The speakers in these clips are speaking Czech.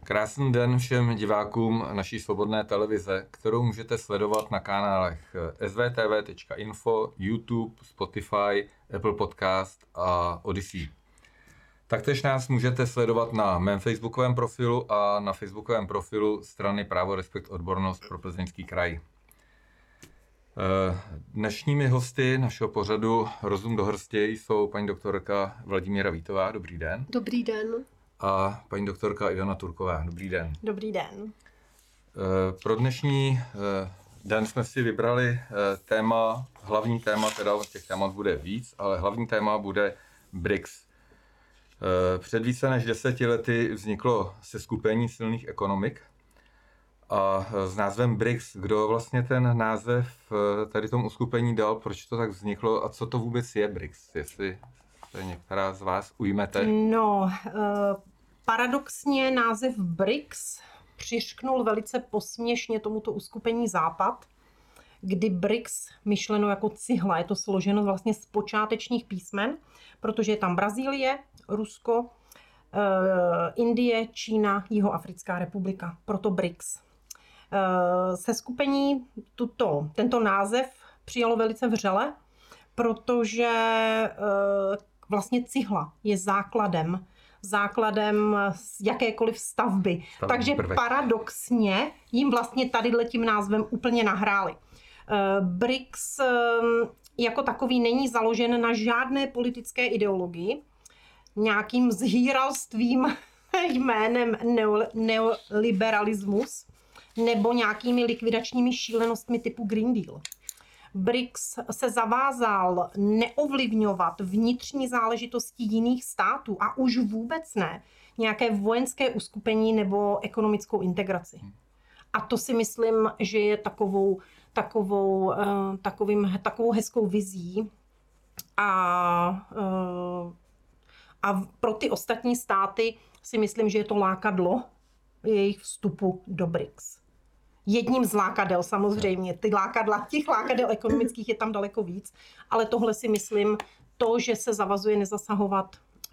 Krásný den všem divákům naší svobodné televize, kterou můžete sledovat na kanálech svtv.info, YouTube, Spotify, Apple Podcast a Odyssey. Taktéž nás můžete sledovat na mém facebookovém profilu a na facebookovém profilu strany Právo, respekt, odbornost pro Plzeňský kraj. Dnešními hosty našeho pořadu Rozum do hrstě jsou paní doktorka Vladimíra Vítová. Dobrý den. Dobrý den. A paní doktorka Ivana Turková. Dobrý den. Dobrý den. Pro dnešní den jsme si vybrali hlavní téma, teda těch témat bude víc, ale hlavní téma bude BRICS. Před více než 10 lety vzniklo seskupení silných ekonomik a s názvem BRICS, kdo vlastně ten název tady tomu uskupení dal, proč to tak vzniklo a co to vůbec je BRICS, jestli se některá z vás ujmete? No, paradoxně název BRICS přišknul velice posměšně tomuto uskupení Západ, kdy BRICS myšleno jako cihla, je to složeno vlastně z počátečních písmen, protože je tam Brazílie, Rusko, Indie, Čína, Jihoafrická republika, proto BRICS. Seskupení tento název přijalo velice vřele, protože vlastně cihla je základem jakékoliv stavby. Takže paradoxně jim vlastně tím názvem úplně nahráli. BRICS jako takový není založen na žádné politické ideologii, nějakým zhýralstvím jménem neoliberalismus nebo nějakými likvidačními šílenostmi typu Green Deal. BRICS se zavázal neovlivňovat vnitřní záležitosti jiných států a už vůbec ne nějaké vojenské uskupení nebo ekonomickou integraci. A to si myslím, že je takovou hezkou vizí a pro ty ostatní státy si myslím, že je to lákadlo jejich vstupu do BRICS. Jedním z lákadel samozřejmě, těch lákadel ekonomických je tam daleko víc, ale tohle si myslím, to, že se zavazuje nezasahovat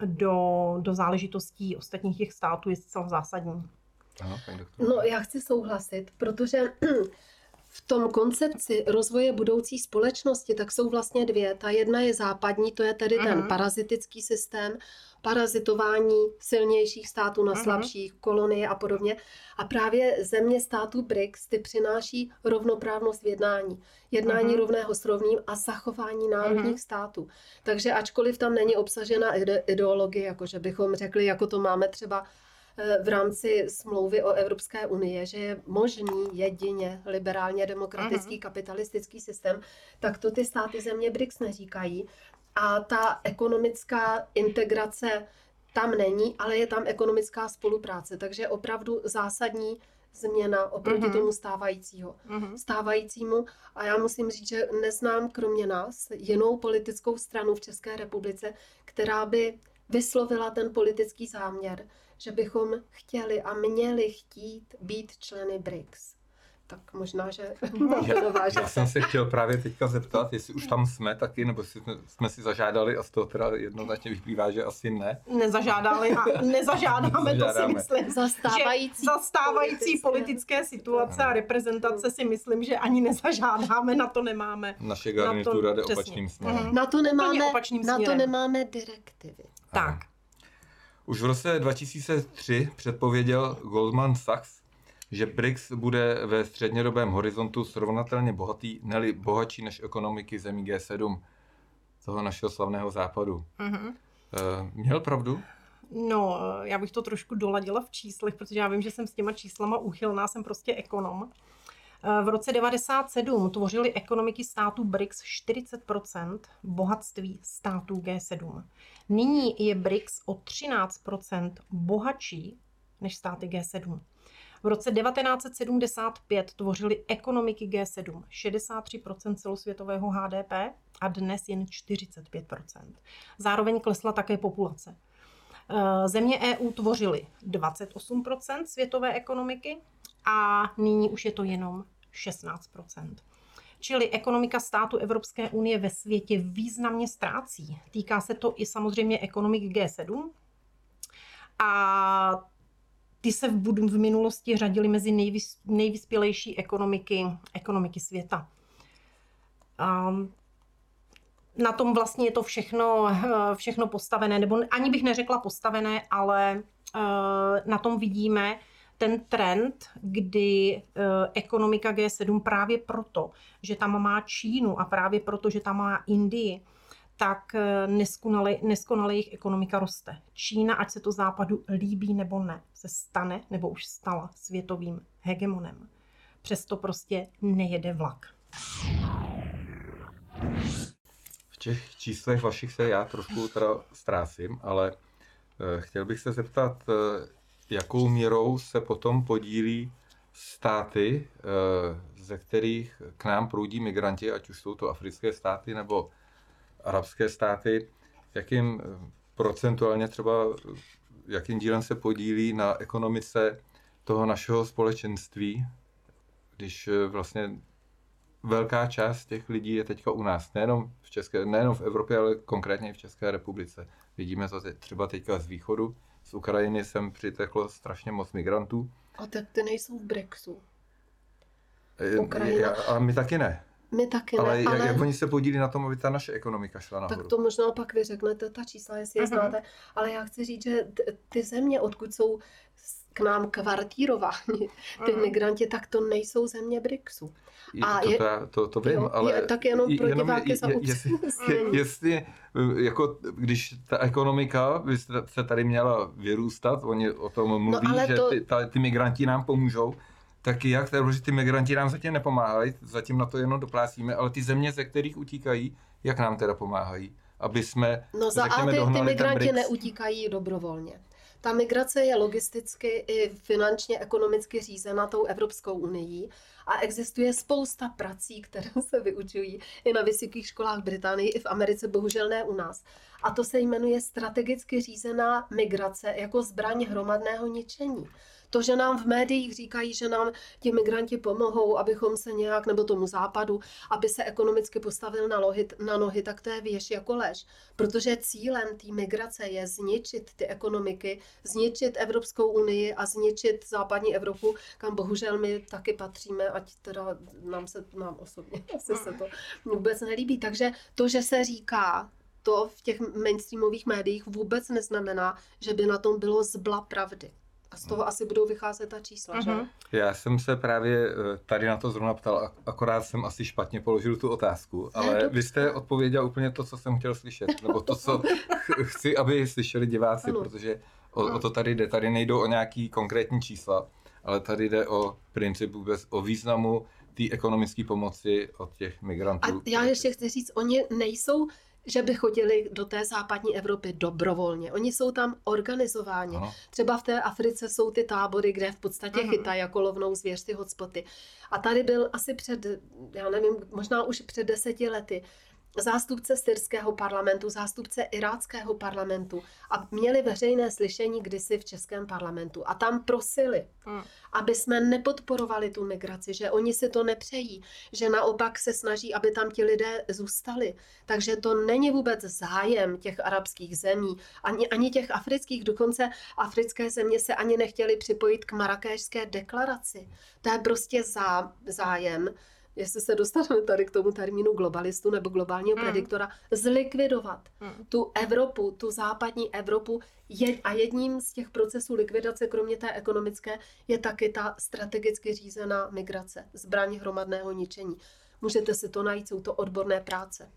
do záležitostí ostatních těch států, je zcela zásadní. Aha, no, já chci souhlasit, protože v tom koncepci rozvoje budoucí společnosti tak jsou vlastně dvě. Ta jedna je západní, to je tedy ten parazitický systém, parazitování silnějších států na slabších, kolonie a podobně. A právě země států BRICS ty přináší rovnoprávnost v jednání rovného s rovným a zachování národních států. Takže ačkoliv tam není obsažena ideologie, jakože bychom řekli, jako to máme třeba v rámci smlouvy o Evropské unii, že je možný jedině liberálně demokratický kapitalistický systém, tak to ty státy země BRICS neříkají. A ta ekonomická integrace tam není, ale je tam ekonomická spolupráce. Takže opravdu zásadní změna oproti tomu stávajícímu. A já musím říct, že neznám kromě nás jinou politickou stranu v České republice, která by vyslovila ten politický záměr, že bychom chtěli a měli chtít být členy BRICS. Tak možná, že já jsem se chtěl právě teďka zeptat, jestli už tam jsme taky, nebo jsme si zažádali a z toho teda jednoznačně vyplývá, že asi ne. Nezažádali a nezažádáme, to si myslím. Zastávající politické situace a reprezentace si myslím, že ani nezažádáme, na to nemáme. Naše garnitura jde opačným směrem. Na to nemáme direktivy. Tak. Už v roce 2003 předpověděl Goldman Sachs, že BRICS bude ve střednědobém horizontu srovnatelně bohatý, ne-li bohatší než ekonomiky zemí G7, toho našeho slavného západu. Měl pravdu? No, já bych to trošku doladila v číslech, protože já vím, že jsem s těma číslama úchylná, jsem prostě ekonom. V roce 1997 tvořily ekonomiky států BRICS 40% bohatství států G7. Nyní je BRICS o 13% bohatší než státy G7. V roce 1975 tvořily ekonomiky G7 63% celosvětového HDP a dnes jen 45%. Zároveň klesla také populace. Země EU tvořily 28% světové ekonomiky a nyní už je to jenom 16%. Čili ekonomika státu Evropské unie ve světě významně ztrácí. Týká se to i samozřejmě ekonomik G7. A ty se v minulosti řadily mezi nejvyspělejší ekonomiky světa. Na tom vlastně je to všechno postavené, nebo ani bych neřekla postavené, ale na tom vidíme ten trend, kdy ekonomika G7 právě proto, že tam má Čínu a právě proto, že tam má Indii, tak neskonale jejich ekonomika roste. Čína, ať se to západu líbí nebo ne, se stane nebo už stala světovým hegemonem. Přesto prostě nejede vlak. V těch číslech vašich se já trošku teda ztrácím, ale chtěl bych se zeptat, jakou měrou se potom podílí státy, ze kterých k nám proudí migranti, ať už jsou to africké státy nebo arabské státy, jakým procentuálně třeba, jakým dílem se podílí na ekonomice toho našeho společenství, když vlastně velká část těch lidí je teďka u nás, nejenom v Evropě, ale konkrétně i v České republice. Vidíme to třeba teďka z východu, z Ukrajiny sem přiteklo strašně moc migrantů. A tak ty nejsou v Brexu. A my taky ne. My taky ale ne, ale jak oni se podílí na tom, aby ta naše ekonomika šla nahoru? Tak to možná pak vy řeknete, ta čísla, jestli je znáte, ale já chci říct, že ty země, odkud jsou k nám kvartírováni ty migranti, tak to nejsou země BRICSu. To vím, jo, ale tak jenom pro diváky za jestli jako když ta ekonomika by se tady měla vyrůstat, oni o tom mluví, že ty migranti nám pomůžou, tak jak, protože ty migranti nám zatím nepomáhají, zatím na to jenom doplácíme, ale ty země, ze kterých utíkají, jak nám teda pomáhají, aby jsme, ty migranti neutíkají dobrovolně. Ta migrace je logisticky i finančně, ekonomicky řízena tou Evropskou unií a existuje spousta prací, které se vyučují i na vysokých školách v Británii, i v Americe, bohužel ne u nás. A to se jmenuje strategicky řízená migrace jako zbraň hromadného ničení. To, že nám v médiích říkají, že nám ti migranti pomohou, abychom se nějak, nebo tomu západu, aby se ekonomicky postavil na nohy, tak to je věž jako lež. Protože cílem té migrace je zničit ty ekonomiky, zničit Evropskou unii a zničit západní Evropu, kam bohužel my taky patříme, ať teda nám osobně asi se to vůbec nelíbí. Takže to, že se říká, to v těch mainstreamových médiích vůbec neznamená, že by na tom bylo zbla pravdy. A z toho asi budou vycházet ta čísla, že? Já jsem se právě tady na to zrovna ptal, akorát jsem asi špatně položil tu otázku, ale vy jste odpověděl úplně to, co jsem chtěl slyšet, nebo to, co chci, aby slyšeli diváci, protože o to tady jde. Tady nejdou o nějaký konkrétní čísla, ale tady jde o princip vůbec, o významu té ekonomické pomoci od těch migrantů. A já ještě chci říct, oni nejsou, že by chodili do té západní Evropy dobrovolně. Oni jsou tam organizováni. Aha. Třeba v té Africe jsou ty tábory, kde v podstatě chytají jako lovnou zvěř, ty hotspoty. A tady byl asi možná už před 10 lety zástupce syrského parlamentu, zástupce iráckého parlamentu a měli veřejné slyšení kdysi v českém parlamentu a tam prosili, aby jsme nepodporovali tu migraci, že oni si to nepřejí, že naopak se snaží, aby tam ti lidé zůstali. Takže to není vůbec zájem těch arabských zemí, ani těch afrických, dokonce africké země se ani nechtěly připojit k Marrákešské deklaraci. To je prostě zájem, jestli se dostaneme tady k tomu termínu globalistu nebo globálního prediktora, zlikvidovat tu Evropu, tu západní Evropu a jedním z těch procesů likvidace, kromě té ekonomické, je taky ta strategicky řízená migrace, zbraň hromadného ničení. Můžete si to najít, jsou to odborné práce.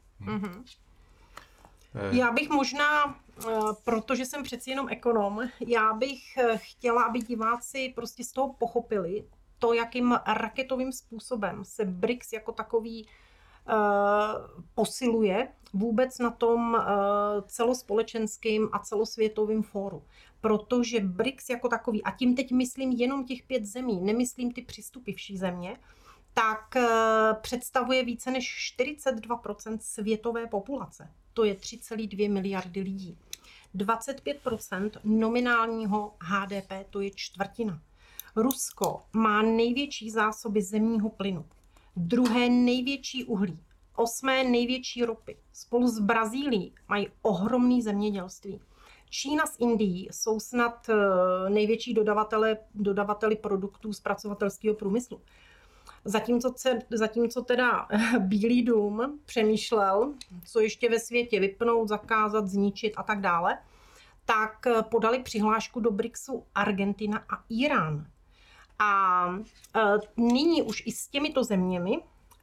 Já bych možná, protože jsem přeci jenom ekonom, já bych chtěla, aby diváci prostě z toho pochopili, to, jakým raketovým způsobem se BRICS jako takový posiluje vůbec na tom celospolečenském a celosvětovém fóru. Protože BRICS jako takový, a tím teď myslím jenom těch 5 zemí, nemyslím ty přistupivší země, tak představuje více než 42% světové populace. To je 3,2 miliardy lidí. 25% nominálního HDP, to je čtvrtina. Rusko má největší zásoby zemního plynu, 2. největší uhlí, 8. největší ropy. Spolu s Brazílií mají ohromné zemědělství. Čína s Indií jsou snad největší dodavateli produktů zpracovatelského průmyslu. Zatímco teda Bílý dům přemýšlel, co ještě ve světě vypnout, zakázat, zničit a tak dále, tak podali přihlášku do BRICSu Argentina a Irán. A nyní už i s těmito zeměmi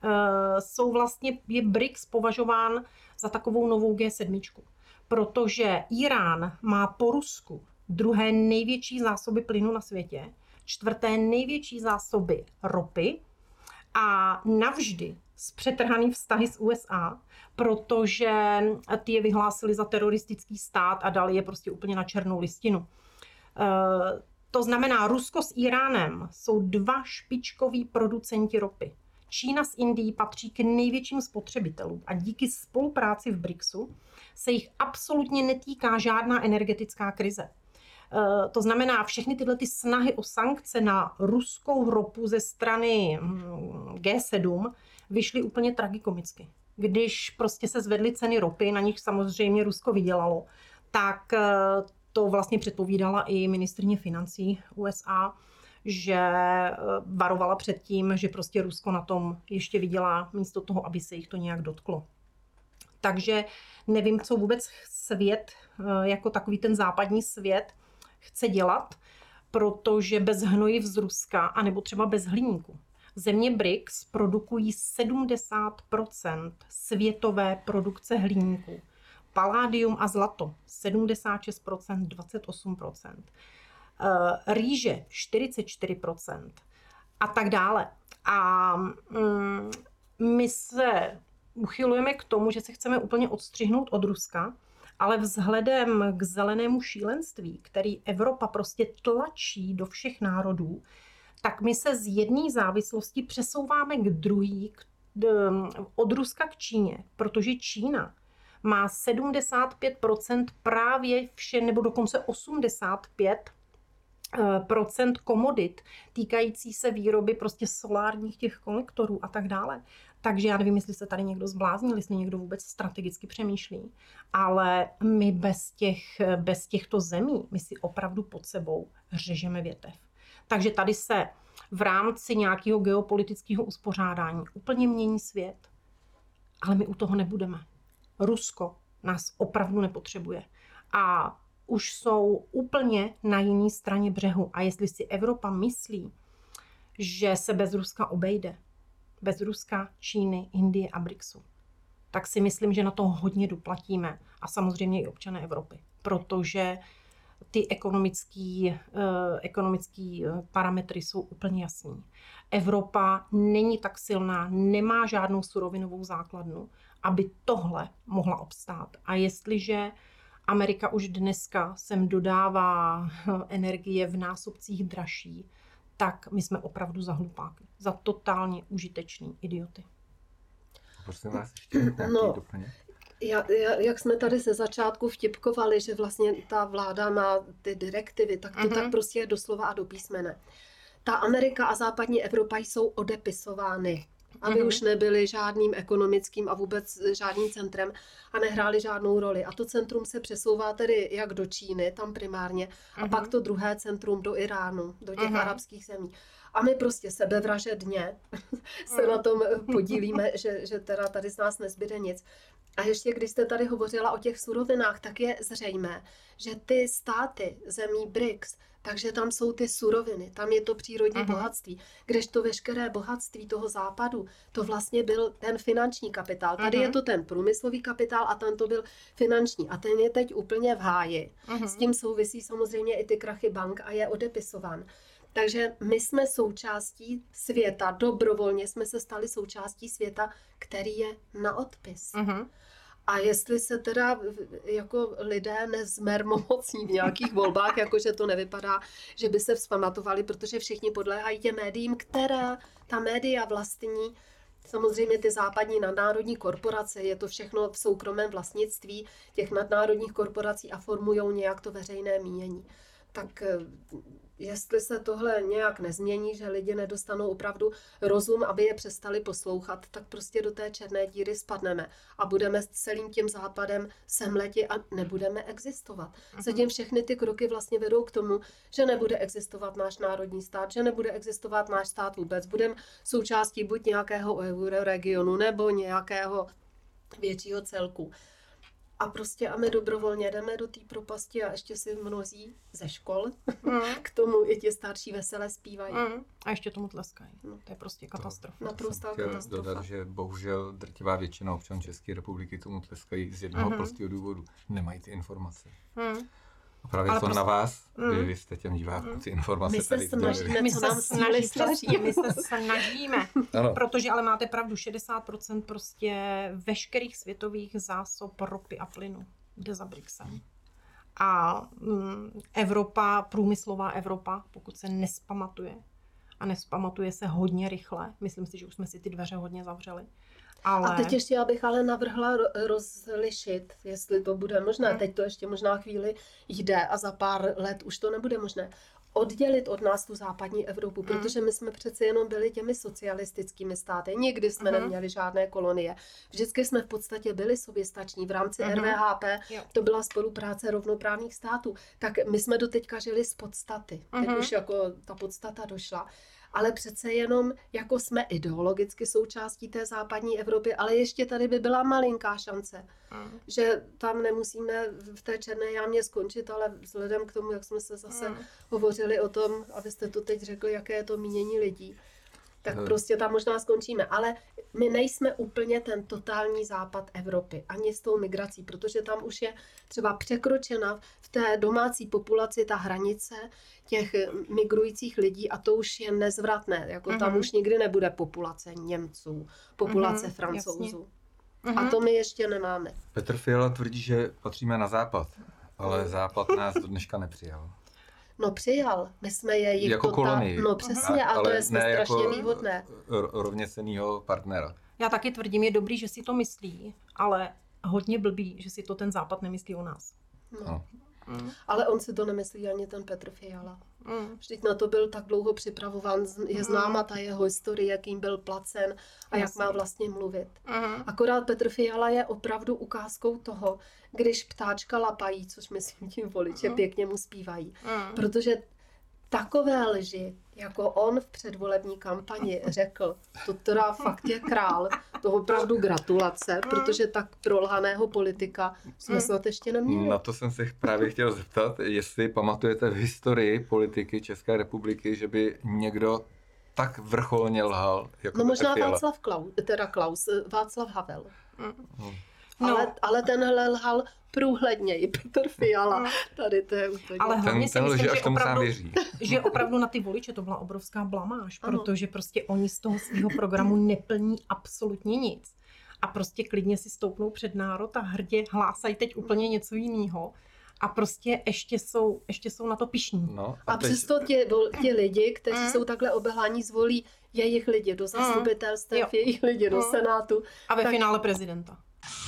je BRICS považován za takovou novou G7, protože Irán má po Rusku druhé největší zásoby plynu na světě, čtvrté největší zásoby ropy a navždy zpřetrhaný vztahy s USA, protože ty je vyhlásili za teroristický stát a dali je prostě úplně na černou listinu. To znamená, Rusko s Iránem jsou dva špičkoví producenti ropy. Čína s Indií patří k největším spotřebitelům a díky spolupráci v BRICSu se jich absolutně netýká žádná energetická krize. To znamená, všechny tyhle ty snahy o sankce na ruskou ropu ze strany G7 vyšly úplně tragikomicky. Když prostě se zvedly ceny ropy, na nich samozřejmě Rusko vydělalo, tak to vlastně předpovídala i ministryně financí USA, že varovala před tím, že prostě Rusko na tom ještě vydělá místo toho, aby se jich to nějak dotklo. Takže nevím, co vůbec svět, jako takový ten západní svět, chce dělat, protože bez hnojiv z Ruska, anebo třeba bez hliníku. Země BRICS produkují 70% světové produkce hliníku. Paládium a zlato 76%, 28%. Rýže 44% a tak dále. A my se uchylujeme k tomu, že se chceme úplně odstřihnout od Ruska, ale vzhledem k zelenému šílenství, který Evropa prostě tlačí do všech národů, tak my se z jedné závislosti přesouváme k druhé, od Ruska k Číně, protože Čína má 75% právě nebo dokonce 85% komodit týkající se výroby prostě solárních těch kolektorů a tak dále. Takže já nevím, jestli se tady někdo zbláznil, jestli někdo vůbec strategicky přemýšlí, ale my bez těchto zemí, my si opravdu pod sebou řežeme větev. Takže tady se v rámci nějakého geopolitického uspořádání úplně mění svět, ale my u toho nebudeme. Rusko nás opravdu nepotřebuje a už jsou úplně na jiné straně břehu. A jestli si Evropa myslí, že se bez Ruska obejde, bez Ruska, Číny, Indie a BRICSu, tak si myslím, že na to hodně doplatíme. A samozřejmě i občané Evropy, protože ty ekonomické parametry jsou úplně jasný. Evropa není tak silná, nemá žádnou surovinovou základnu, aby tohle mohla obstát. A jestliže Amerika už dneska sem dodává energie v násobcích dražší, tak my jsme opravdu za hlupáky, za totálně užitečný idioty. Prosím vás, ještě nějaký doplněk? Jak jsme tady ze začátku vtipkovali, že vlastně ta vláda má ty direktivy, tak to tak prostě je doslova a do písmene. Ta Amerika a západní Evropa jsou odepisovány, aby už nebyly žádným ekonomickým a vůbec žádným centrem a nehrály žádnou roli. A to centrum se přesouvá tedy jak do Číny, tam primárně, a pak to druhé centrum do Iránu, do těch arabských zemí. A my prostě sebevražedně se na tom podílíme, že teda tady z nás nezbyde nic. A ještě když jste tady hovořila o těch surovinách, tak je zřejmé, že ty státy zemí BRICS, takže tam jsou ty suroviny, tam je to přírodní bohatství, kdežto veškeré bohatství toho západu, to vlastně byl ten finanční kapitál. Tady je to ten průmyslový kapitál a ten to byl finanční. A ten je teď úplně v háji. S tím souvisí samozřejmě i ty krachy bank a je odepisován. Takže my jsme součástí světa, dobrovolně jsme se stali součástí světa, který je na odpis. A jestli se teda jako lidé nezmermomocní v nějakých volbách, jakože to nevypadá, že by se vzpamatovali, protože všichni podléhají těm médiím, která ta média vlastní, samozřejmě ty západní nadnárodní korporace, je to všechno v soukromém vlastnictví těch nadnárodních korporací a formujou nějak to veřejné mínění. Tak jestli se tohle nějak nezmění, že lidi nedostanou opravdu rozum, aby je přestali poslouchat, tak prostě do té černé díry spadneme a budeme s celým tím západem semleti a nebudeme existovat. Zatím všechny ty kroky vlastně vedou k tomu, že nebude existovat náš národní stát, že nebude existovat náš stát vůbec. Budeme součástí buď nějakého euroregionu nebo nějakého většího celku. A my dobrovolně jdeme do té propasti a ještě si mnozí ze škol k tomu i ti starší vesele zpívají. A ještě tomu tleskají. To je prostě katastrofa. Naprostá katastrofa. Dodat, že bohužel drtivá většina občanů České republiky tomu tleskají z jednoho prostého důvodu. Nemají ty informace. A právě ale to na vás, vy jste těm divákům ty informace tady sdělili. My se snažíme, protože ale máte pravdu, 60% prostě veškerých světových zásob ropy a plynu jde za BRICSem. A Evropa, průmyslová Evropa, pokud se nespamatuje, a nespamatuje se hodně rychle, myslím si, že už jsme si ty dveře hodně zavřeli. Ale... A teď ještě já bych ale navrhla rozlišit, jestli to bude možné. Teď to ještě možná chvíli jde a za pár let už to nebude možné. Oddělit od nás tu západní Evropu, protože my jsme přece jenom byli těmi socialistickými státy. Nikdy jsme neměli žádné kolonie. Vždycky jsme v podstatě byli soběstační. V rámci RVHP to byla spolupráce rovnoprávných států. Tak my jsme doteďka žili z podstaty. Teď už jako ta podstata došla. Ale přece jenom jako jsme ideologicky součástí té západní Evropy, ale ještě tady by byla malinká šance, že tam nemusíme v té černé jámě skončit, ale vzhledem k tomu, jak jsme se zase hovořili o tom, abyste to teď řekli, jaké je to mínění lidí, tak prostě tam možná skončíme. Ale my nejsme úplně ten totální západ Evropy, ani s tou migrací, protože tam už je třeba překročena v té domácí populaci ta hranice těch migrujících lidí a to už je nezvratné. Jako tam už nikdy nebude populace Němců, populace Francouzů. A to my ještě nemáme. Petr Fiala tvrdí, že patříme na západ, ale západ nás do dneška nepřijal. No přijal, my jsme je jich jako kolonii. No přesně, a to je strašně jako výhodné. Rovněcenýho partnera. Já taky tvrdím, je dobrý, že si to myslí, ale hodně blbý, že si to ten západ nemyslí o nás. No. Ale on si to nemyslí ani ten Petr Fiala. Vždyť na to byl tak dlouho připravován, je známa ta jeho historie, jakým byl placen a jak má vlastně mluvit. Akorát Petr Fiala je opravdu ukázkou toho, když ptáčka lapají, což myslím tím voliče, pěkně mu zpívají. Protože takové lži, jako on v předvolební kampani řekl, to teda fakt je král, to opravdu gratulace, protože tak prolhaného politika jsme snad ještě neměli. Na to jsem se právě chtěl zeptat, jestli pamatujete v historii politiky České republiky, že by někdo tak vrcholně lhal, jako no možná Václav Havel. Ale tenhle lhal průhledněji, Petr Fiala. Tady to je úplně... Ale hlavně si myslím, že opravdu, opravdu na ty voliče to byla obrovská blamáž, protože prostě oni z toho svého programu neplní absolutně nic. A prostě klidně si stoupnou před národ a hrdě hlásají teď úplně něco jiného. A prostě ještě jsou na to pyšní. No, a přesto ti lidi, kteří jsou takhle obelháni, zvolí jejich lidi do zastupitelstev, jejich lidi do Senátu. A ve finále prezidenta.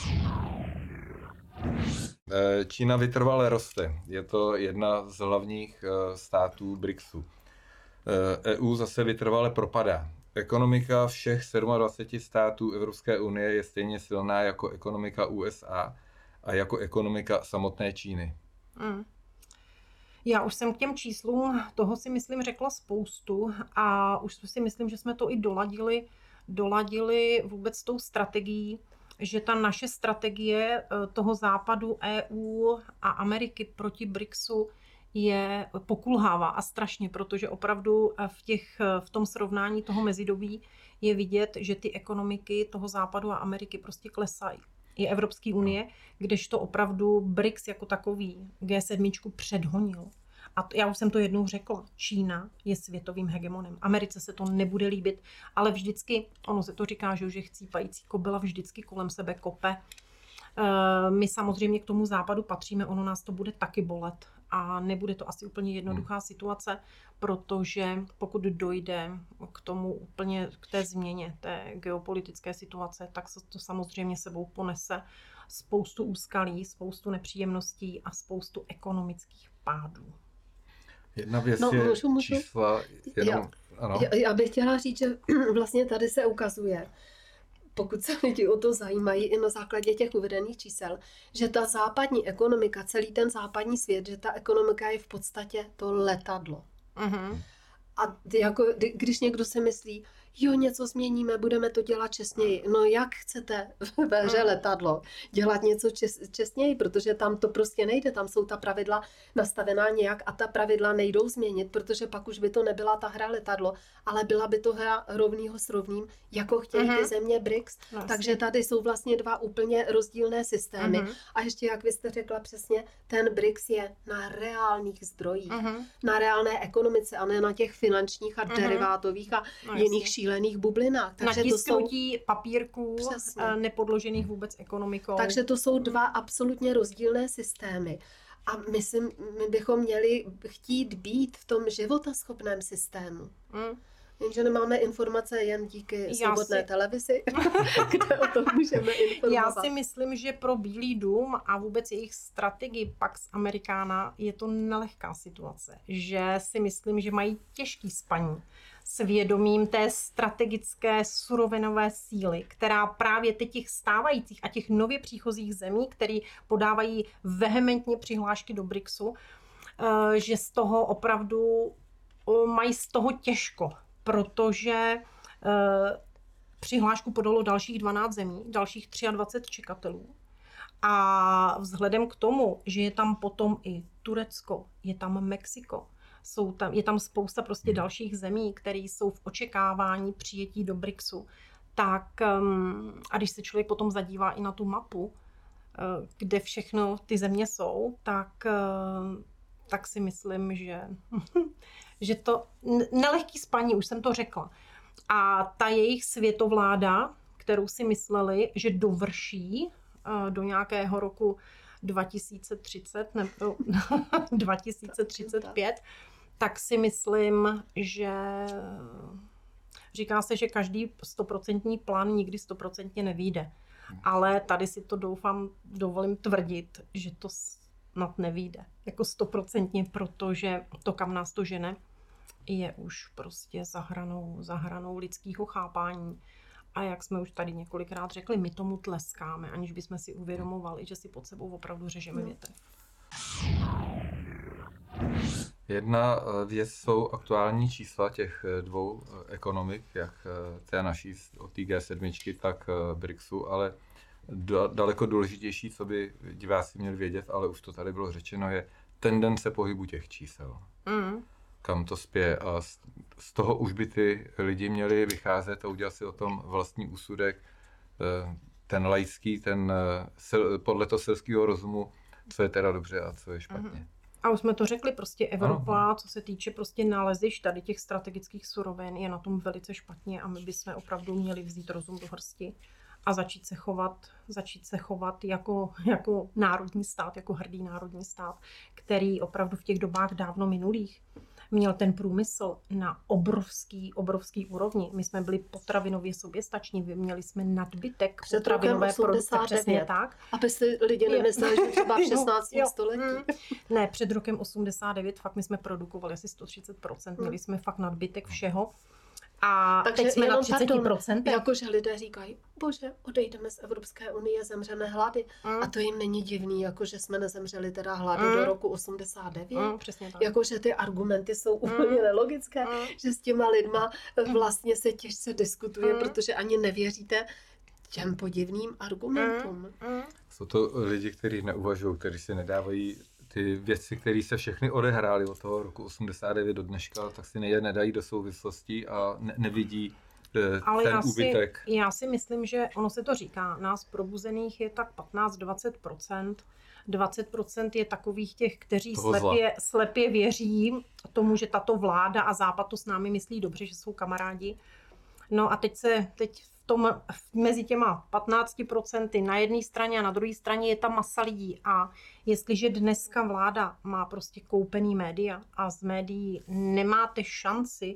Čína vytrvale roste. Je to jedna z hlavních států BRICSu. EU zase vytrvale propadá. Ekonomika všech 27 států Evropské unie je stejně silná jako ekonomika USA a jako ekonomika samotné Číny. Já už jsem k těm číslům toho si myslím řekla spoustu a už si myslím, že jsme to i doladili vůbec tou strategií, že ta naše strategie toho západu EU a Ameriky proti BRICSu je pokulhává a strašně, protože opravdu v tom srovnání toho mezidobí je vidět, že ty ekonomiky toho západu a Ameriky prostě klesají. Je Evropské unie, kdežto opravdu BRICS jako takový G7 předhonil. A já už jsem to jednou řekla, Čína je světovým hegemonem. Americe se to nebude líbit, ale vždycky, ono se to říká, že chcípající kobyla vždycky kolem sebe kope. My samozřejmě k tomu západu patříme, ono nás to bude taky bolet. A nebude to asi úplně jednoduchá situace, protože pokud dojde k té změně té geopolitické situace, tak se to samozřejmě sebou ponese spoustu úskalí, spoustu nepříjemností a spoustu ekonomických pádů. Jedna věc No, je můžu? čísla, jenom, ano. Já bych chtěla říct, že vlastně tady se ukazuje, pokud se lidi o to zajímají i na základě těch uvedených čísel, že ta západní ekonomika, celý ten západní svět, že ta ekonomika je v podstatě to letadlo. Mhm. A jako, když někdo si myslí, jo, něco změníme, budeme to dělat čestněji. No jak chcete ve hře letadlo dělat něco čestněji, protože tam to prostě nejde, tam jsou ta pravidla nastavená nějak a ta pravidla nejdou změnit, protože pak už by to nebyla ta hra letadlo, ale byla by to hra rovnýho s rovným, jako chtějí ty země BRICS. Vlastně. Takže tady jsou vlastně dva úplně rozdílné systémy. A ještě, jak vy jste řekla přesně, ten BRICS je na reálných zdrojích, na reálné ekonomice a ne na těch finančních a derivátových a jiných šílených bublinách. Takže na to jsou papírků nepodložených vůbec ekonomikou. Takže to jsou dva absolutně rozdílné systémy. A my bychom měli chtít být v tom životaschopném systému. Jenže nemáme informace jen díky svobodné televizi, kde o tom můžeme informovat. Já si myslím, že pro Bílý dům a vůbec jejich strategii Pax Americana je to nelehká situace. Že si myslím, že mají těžký spaní s vědomím té strategické surovinové síly, která právě těch stávajících a těch nově příchozích zemí, který podávají vehementně přihlášky do BRICSu, že z toho opravdu mají z toho těžko, protože přihlášku podalo dalších 12 zemí, dalších 23 čekatelů. A vzhledem k tomu, že je tam potom i Turecko, je tam Mexiko, je tam spousta prostě dalších zemí, které jsou v očekávání přijetí do BRICSu, tak a když se člověk potom zadívá i na tu mapu, kde všechno ty země jsou, tak si myslím, že to nelehký spaní, už jsem to řekla. A ta jejich světovláda, kterou si mysleli, že dovrší do nějakého roku 2030 nebo 2035, tak si myslím, že říká se, že každý 100% plán nikdy 100% nevyjde. Ale tady si to dovolím tvrdit, že to snad nevyjde. Jako 100%, protože to, kam nás to žene, je už prostě za hranou lidského chápání. A jak jsme už tady několikrát řekli, my tomu tleskáme, aniž bychom si uvědomovali, že si pod sebou opravdu řežeme větev. Jedna věc jsou aktuální čísla těch dvou ekonomik, jak té naší od té G7, tak BRICSu, ale daleko důležitější, co by diváci měli vědět, ale už to tady bylo řečeno, je tendence pohybu těch čísel. Kam to spěje. A z toho už by ty lidi měli vycházet a udělat si o tom vlastní úsudek, ten laický, podle toho selského rozumu, co je teda dobře a co je špatně. A už jsme to řekli, prostě Evropa, co se týče prostě nálezišť tady těch strategických surovin, je na tom velice špatně a my bychom opravdu měli vzít rozum do hrsti a začít se chovat jako národní stát, jako hrdý národní stát, který opravdu v těch dobách dávno minulých měl ten průmysl na obrovský úrovni. My jsme byli potravinově soběstační, měli jsme nadbytek potravinové produkce, přesně tak. Aby si lidi nemysleli, že třeba v 16. století. Ne, před rokem 89 fakt my jsme produkovali asi 130%, měli jsme fakt nadbytek všeho. A takže teď jsme na 30%. Jakože lidé říkají, bože, odejdeme z Evropské unie, zemřeme hlady. A to jim není divný, jakože jsme nezemřeli teda hladu do roku 89. Přesně tak. Jakože ty argumenty jsou úplně nelogické, že s těma lidma vlastně se těžce diskutuje, protože ani nevěříte těm podivným argumentům. Jsou to lidi, kteří neuvažují, kteří si nedávají ty věci, které se všechny odehrály od toho roku 89 do dneška, tak si nedají do souvislostí a nevidí ten úbytek. Já si myslím, že ono se to říká, nás probuzených je tak 15-20%. 20% je takových těch, kteří slepě věří tomu, že tato vláda a Západ to s námi myslí dobře, že jsou kamarádi. No a teď mezi těma 15% na jedné straně a na druhé straně je ta masa lidí. A jestliže dneska vláda má prostě koupený média a z médií nemáte šanci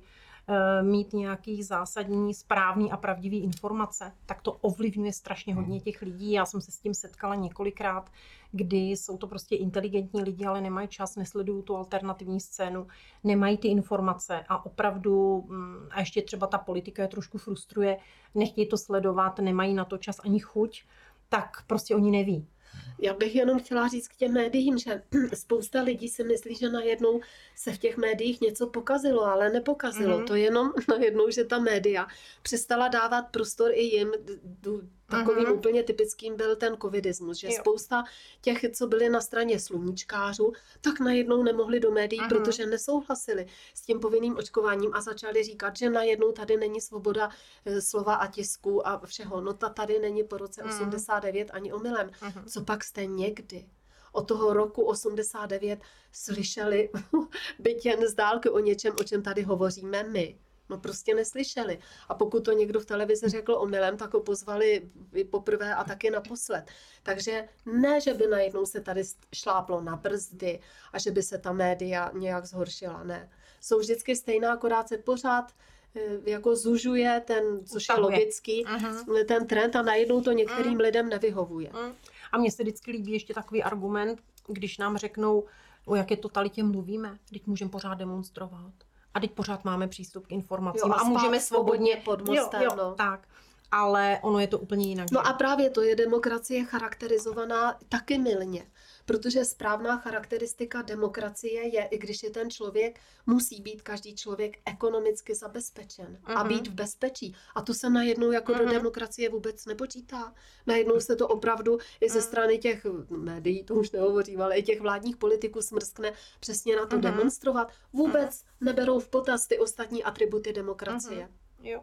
mít nějaký zásadní, správný a pravdivý informace, tak to ovlivňuje strašně hodně těch lidí. Já jsem se s tím setkala několikrát, kdy jsou to prostě inteligentní lidi, ale nemají čas, nesledují tu alternativní scénu, nemají ty informace a opravdu, a ještě třeba ta politika je trošku frustruje, nechtějí to sledovat, nemají na to čas ani chuť, tak prostě oni neví. Já bych jenom chtěla říct k těm médiím, že spousta lidí si myslí, že najednou se v těch médiích něco pokazilo, ale nepokazilo. To jenom najednou, že ta média přestala dávat prostor i jim. Takovým úplně typickým byl ten covidismus, že spousta těch, co byli na straně sluníčkářů, tak najednou nemohli do médií, protože nesouhlasili s tím povinným očkováním a začali říkat, že najednou tady není svoboda slova a tisku a všeho. No ta tady není po roce 89 ani omylem. Co pak jste někdy od toho roku 89 slyšeli, byť jen z dálky o něčem, o čem tady hovoříme my? No prostě neslyšeli. A pokud to někdo v televizi řekl omylem, tak ho pozvali poprvé a taky naposled. Takže ne, že by najednou se tady šláplo na brzdy a že by se ta média nějak zhoršila, ne. Jsou vždycky stejná, akorát se pořád jako zužuje ten, což je logický, ten trend a najednou to některým lidem nevyhovuje. A mně se vždycky líbí ještě takový argument, když nám řeknou, o jaké totalitě mluvíme, teď můžeme pořád demonstrovat. A teď pořád máme přístup k informacím a můžeme svobodně pod mostem. No. Tak. Ale ono je to úplně jinak. No a právě to je demokracie charakterizovaná taky mylně. Protože správná charakteristika demokracie je, i když je ten člověk, musí být každý člověk ekonomicky zabezpečen a být v bezpečí. A to se najednou jako do demokracie vůbec nepočítá. Najednou se to opravdu i ze strany těch médií, to už nehovořím, ale i těch vládních politiků smrskne přesně na to demonstrovat. Vůbec neberou v potaz ty ostatní atributy demokracie. Jo.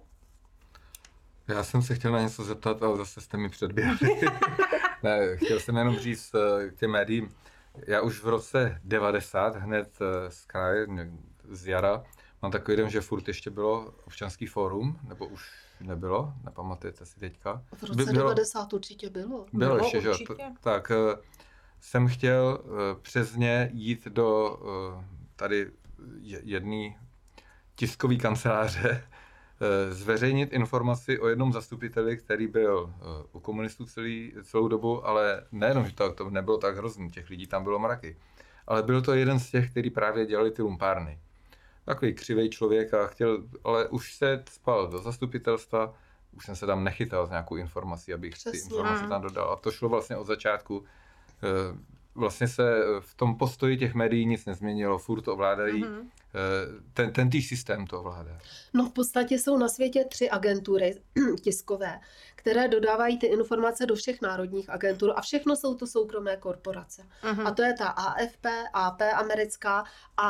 Já jsem se chtěl na něco zeptat, ale zase jste mi předběhli. Ne, chtěl jsem jenom říct k těm médiím. Já už v roce 90, hned z kraje, z jara, mám takový den, že furt ještě bylo Občanský fórum, nebo už nebylo, nepamatujete si teďka? V roce 90 určitě bylo. Bylo ještě, že? Tak jsem chtěl přes ně jít do tady jedné tiskové kanceláře, zveřejnit informaci o jednom zastupiteli, který byl u komunistů celou dobu, ale nejenom, že to nebylo tak hrozný, těch lidí tam bylo mraky, ale byl to jeden z těch, který právě dělali ty lumpárny. Takový křivej člověk a chtěl, ale už se spal do zastupitelstva, už jsem se tam nechytal s nějakou informací, abych ty informace tam dodal. A to šlo vlastně od začátku. Vlastně se v tom postoji těch médií nic nezměnilo, furt to ovládají. Ten týž systém to ovládá. No v podstatě jsou na světě 3 agentury tiskové, které dodávají ty informace do všech národních agentur a všechno jsou to soukromé korporace. A to je ta AFP, AP americká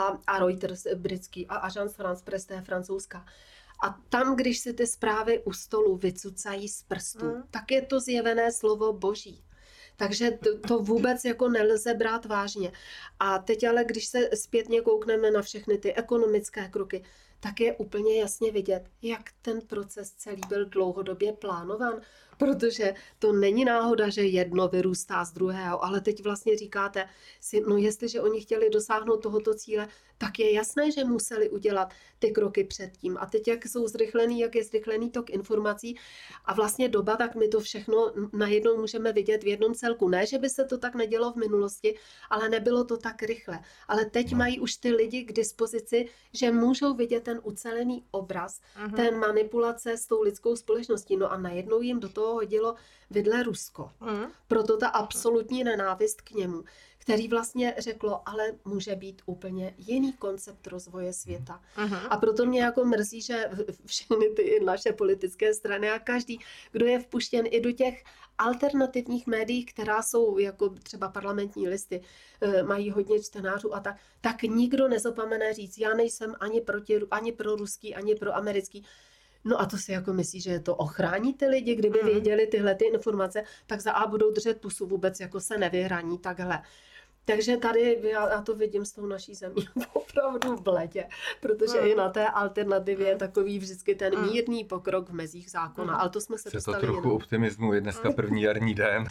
a Reuters britský a Agence France Presse, to je francouzská. A tam, když si ty zprávy u stolu vycucají z prstů, tak je to zjevené slovo boží. Takže to vůbec jako nelze brát vážně. A teď ale, když se zpětně koukneme na všechny ty ekonomické kroky, tak je úplně jasně vidět, jak ten proces celý byl dlouhodobě plánovan, protože to není náhoda, že jedno vyrůstá z druhého, ale teď vlastně říkáte si, no jestliže oni chtěli dosáhnout tohoto cíle, tak je jasné, že museli udělat ty kroky předtím. A teď jak je zrychlený tok informací a vlastně doba, tak my to všechno najednou můžeme vidět v jednom celku. Ne, že by se to tak nedělo v minulosti, ale nebylo to tak rychle. Ale teď mají už ty lidi k dispozici, že můžou vidět ten ucelený obraz, té manipulace s tou lidskou společností. No a najednou jim do toho hodilo vidle Rusko. Proto ta absolutní nenávist k němu, který vlastně řeklo, ale může být úplně jiný koncept rozvoje světa. A proto mě jako mrzí, že všechny ty naše politické strany a každý, kdo je vpuštěn i do těch alternativních médií, která jsou jako třeba Parlamentní listy, mají hodně čtenářů a tak nikdo nezapomene říct, já nejsem ani pro ruský, ani pro americký. No a to si jako myslí, že to ochrání ty lidi, kdyby věděli tyhle ty informace, tak za A budou držet pusu, vůbec jako se nevyhraní takhle. Takže tady já to vidím s tou naší zemí opravdu v bledě, protože i na té alternativě je takový vždycky ten mírný pokrok v mezích zákona, ale to jsme se dostali to trochu optimismu, je dneska první jarní den.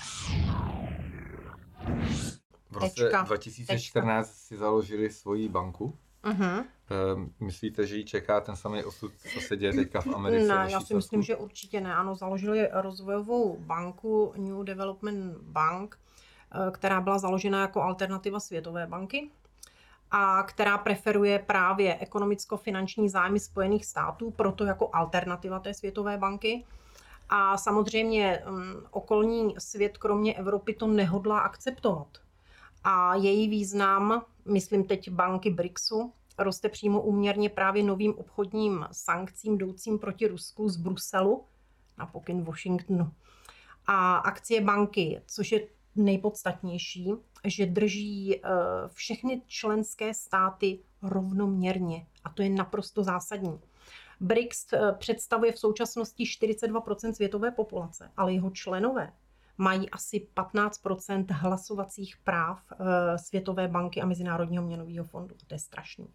V roce 2014 si založili svoji banku Myslíte, že ji čeká ten samý osud, co se děje teďka v Americe? Ne, já si myslím, že určitě ne. Ano, založili rozvojovou banku New Development Bank, která byla založena jako alternativa Světové banky a která preferuje právě ekonomicko-finanční zájmy Spojených států, proto jako alternativa té Světové banky. A samozřejmě okolní svět, kromě Evropy, to nehodlá akceptovat. A její význam, myslím teď banky BRICSu, roste přímo úměrně právě novým obchodním sankcím jdoucím proti Rusku z Bruselu na pokyn Washingtonu. A akcie banky, což je nejpodstatnější, že drží všechny členské státy rovnoměrně. A to je naprosto zásadní. BRICS představuje v současnosti 42% světové populace, ale jeho členové mají asi 15% hlasovacích práv Světové banky a Mezinárodního měnového fondu. To je strašný.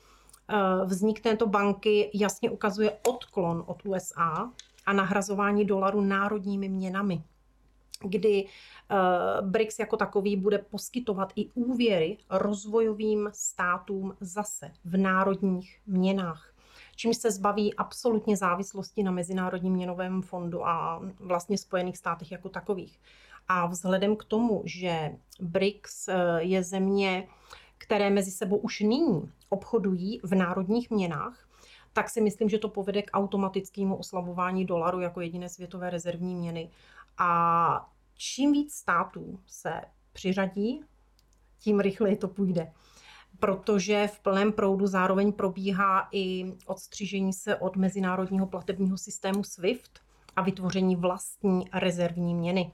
Vznik této banky jasně ukazuje odklon od USA a nahrazování dolaru národními měnami, kdy BRICS jako takový bude poskytovat i úvěry rozvojovým státům zase v národních měnách, čímž se zbaví absolutně závislosti na Mezinárodním měnovém fondu a vlastně Spojených státech jako takových. A vzhledem k tomu, že BRICS je země, které mezi sebou už nyní obchodují v národních měnách, tak si myslím, že to povede k automatickému oslabování dolaru jako jediné světové rezervní měny. A čím víc států se přiřadí, tím rychleji to půjde. Protože v plném proudu zároveň probíhá i odstřižení se od mezinárodního platebního systému SWIFT a vytvoření vlastní rezervní měny.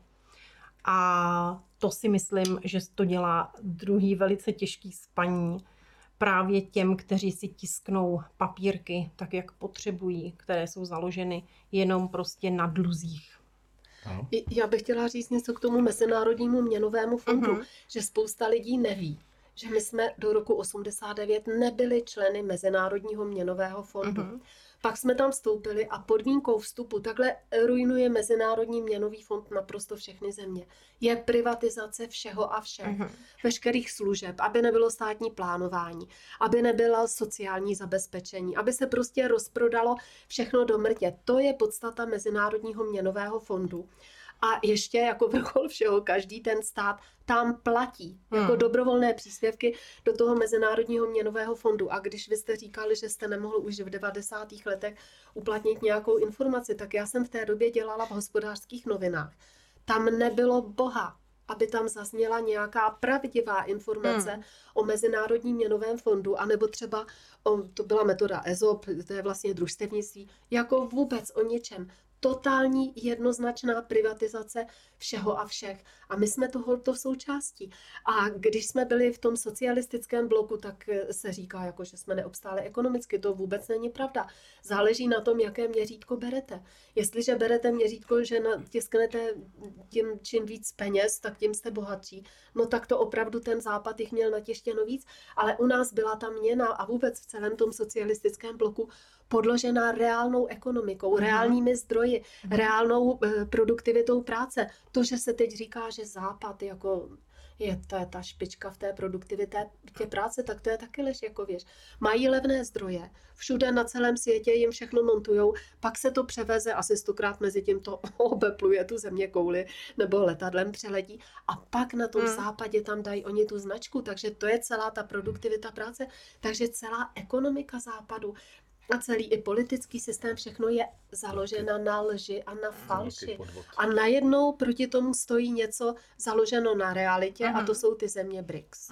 A to si myslím, že to dělá druhý velice těžký spaní právě těm, kteří si tisknou papírky tak, jak potřebují, které jsou založeny jenom prostě na dluzích. Ano. Já bych chtěla říct něco k tomu Mezinárodnímu měnovému fondu, že spousta lidí neví, že my jsme do roku 89 nebyli členy Mezinárodního měnového fondu. Pak jsme tam vstoupili a podmínkou vstupu takhle ruinuje Mezinárodní měnový fond naprosto všechny země. Je privatizace všeho a všech, veškerých služeb, aby nebylo státní plánování, aby nebyla sociální zabezpečení, aby se prostě rozprodalo všechno do mrtě. To je podstata Mezinárodního měnového fondu. A ještě jako vrchol všeho, každý ten stát tam platí jako dobrovolné příspěvky do toho Mezinárodního měnového fondu. A když vy jste říkali, že jste nemohl už v 90. letech uplatnit nějakou informaci, tak já jsem v té době dělala v Hospodářských novinách. Tam nebylo boha, aby tam zazněla nějaká pravdivá informace o Mezinárodním měnovém fondu, anebo třeba, to byla metoda ESOP, to je vlastně družstevnictví, jako vůbec o ničem. Totální jednoznačná privatizace všeho a všech. A my jsme tohoto součástí. A když jsme byli v tom socialistickém bloku, tak se říká, jako, že jsme neobstáli ekonomicky. To vůbec není pravda. Záleží na tom, jaké měřítko berete. Jestliže berete měřítko, že tisknete tím čím víc peněz, tak tím jste bohatší, no tak to opravdu ten západ jich měl natěštěno víc. Ale u nás byla ta měna a vůbec v celém tom socialistickém bloku podložená reálnou ekonomikou, reálnými zdroji, reálnou produktivitou práce. To, že se teď říká, že západ jako je ta špička v té produktivitě práce, tak to je taky lež, jako věř. Mají levné zdroje, všude na celém světě jim všechno montujou, pak se to převeze, asi 100krát mezi tím to obepluje tu zeměkouli nebo letadlem přeletí a pak na tom západě tam dají oni tu značku, takže to je celá ta produktivita práce, takže celá ekonomika západu a celý i politický systém, všechno je založeno na lži a na falši. A najednou proti tomu stojí něco založeno na realitě a to jsou ty země BRICS.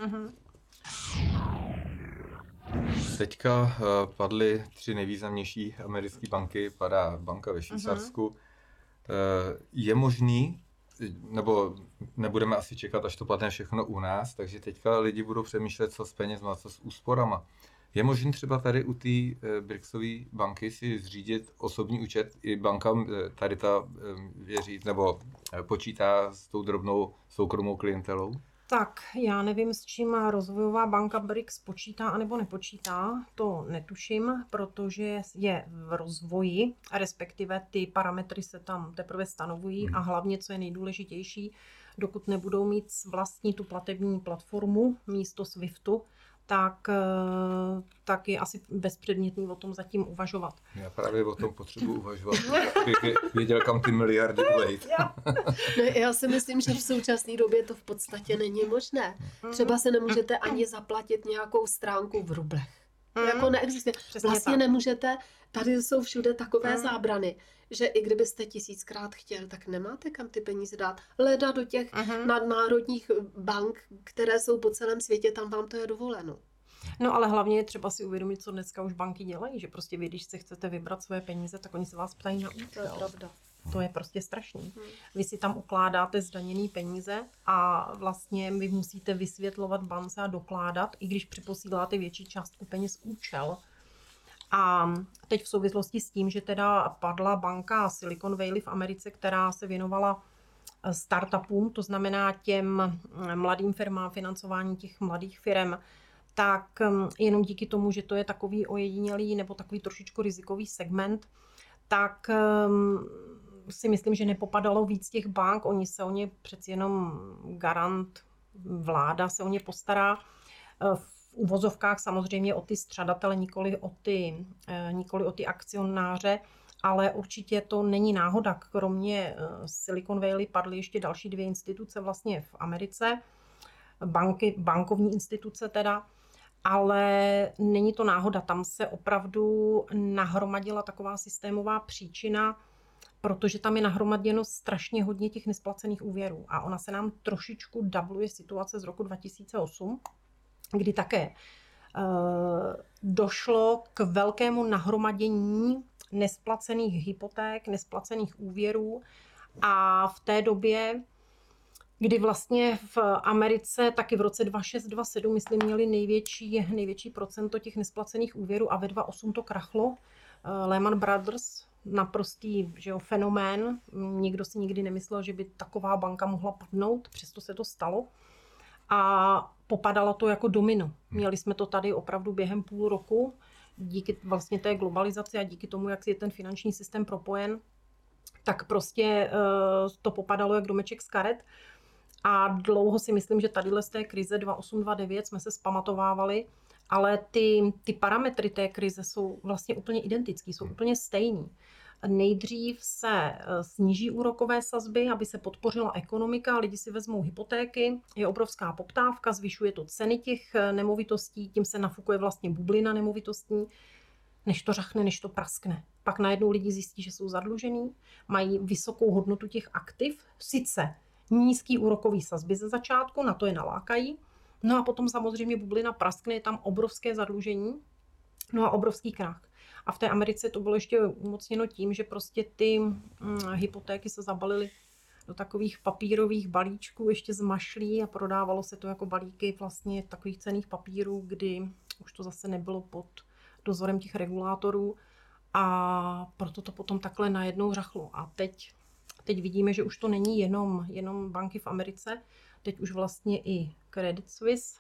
Teďka padly 3 nejvýznamnější americké banky, padá banka ve Švýcarsku. Je možný, nebo nebudeme asi čekat, až to padne všechno u nás, takže teďka lidi budou přemýšlet, co s penězma, co s úsporama. Je možné třeba tady u té BRICSové banky si zřídit osobní účet, i banka tady ta věří nebo počítá s tou drobnou soukromou klientelou? Tak, já nevím, s čím rozvojová banka BRICS počítá anebo nepočítá, to netuším, protože je v rozvoji, respektive ty parametry se tam teprve stanovují a hlavně, co je nejdůležitější, dokud nebudou mít vlastní tu platební platformu místo SWIFTu, tak je asi bezpředmětný o tom zatím uvažovat. Já právě o tom potřebuji uvažovat, abych věděl, kam ty miliardy vlejt. No, já si myslím, že v současné době to v podstatě není možné. Třeba se nemůžete ani zaplatit nějakou stránku v rublech. Jako neexistuje. Vlastně nemůžete, tady jsou všude takové zábrany, že i kdybyste 1000krát chtěl, tak nemáte kam ty peníze dát. Leda do těch nadnárodních bank, které jsou po celém světě, tam vám to je dovoleno. No ale hlavně je třeba si uvědomit, co dneska už banky dělají, že prostě vy, když si chcete vybrat svoje peníze, tak oni se vás ptají na účel. To je pravda. To je prostě strašný. Vy si tam ukládáte zdaněný peníze a vlastně vy musíte vysvětlovat bance a dokládat, i když připosíláte větší částku peněz účel. A teď v souvislosti s tím, že teda padla banka Silicon Valley v Americe, která se věnovala startupům, to znamená těm mladým firmám, financování těch mladých firm, tak jenom díky tomu, že to je takový ojedinělý nebo takový trošičku rizikový segment, tak si myslím, že nepopadalo víc těch bank. Oni se o ně přeci jenom garant, vláda se o ně postará. V uvozovkách samozřejmě o ty střadatele, nikoli o ty akcionáře, ale určitě to není náhoda. Kromě Silicon Valley padly ještě další 2 instituce vlastně v Americe, bankovní instituce teda, ale není to náhoda. Tam se opravdu nahromadila taková systémová příčina, protože tam je nahromaděno strašně hodně těch nesplacených úvěrů. A ona se nám trošičku dubluje situace z roku 2008, kdy také došlo k velkému nahromadění nesplacených hypoték, nesplacených úvěrů a v té době, kdy vlastně v Americe taky v roce 2006-2007, myslím, měli největší procento těch nesplacených úvěrů a ve 2008 to krachlo. Lehman Brothers, naprostý fenomén. Nikdo si nikdy nemyslel, že by taková banka mohla padnout, přesto se to stalo. A popadalo to jako domino. Měli jsme to tady opravdu během půl roku, díky vlastně té globalizaci a díky tomu, jak je ten finanční systém propojen, tak prostě to popadalo jak domeček z karet. A dlouho si myslím, že tadyhle z té krize 2008-2009 jsme se zpamatovávali, ale ty parametry té krize jsou vlastně úplně identický, jsou úplně stejný. Nejdřív se sníží úrokové sazby, aby se podpořila ekonomika, lidi si vezmou hypotéky, je obrovská poptávka, zvyšuje to ceny těch nemovitostí, tím se nafukuje vlastně bublina nemovitostní, než to řachne, než to praskne. Pak najednou lidi zjistí, že jsou zadlužený, mají vysokou hodnotu těch aktiv, sice nízký úrokový sazby ze začátku, na to je nalákají, no a potom samozřejmě bublina praskne, je tam obrovské zadlužení, no a obrovský krach. A v té Americe to bylo ještě umocněno tím, že prostě ty hypotéky se zabalily do takových papírových balíčků, ještě z mašlí a prodávalo se to jako balíky vlastně takových cenných papírů, kdy už to zase nebylo pod dozorem těch regulátorů a proto to potom takhle najednou řachlo. A teď vidíme, že už to není jenom banky v Americe, teď už vlastně i Credit Suisse.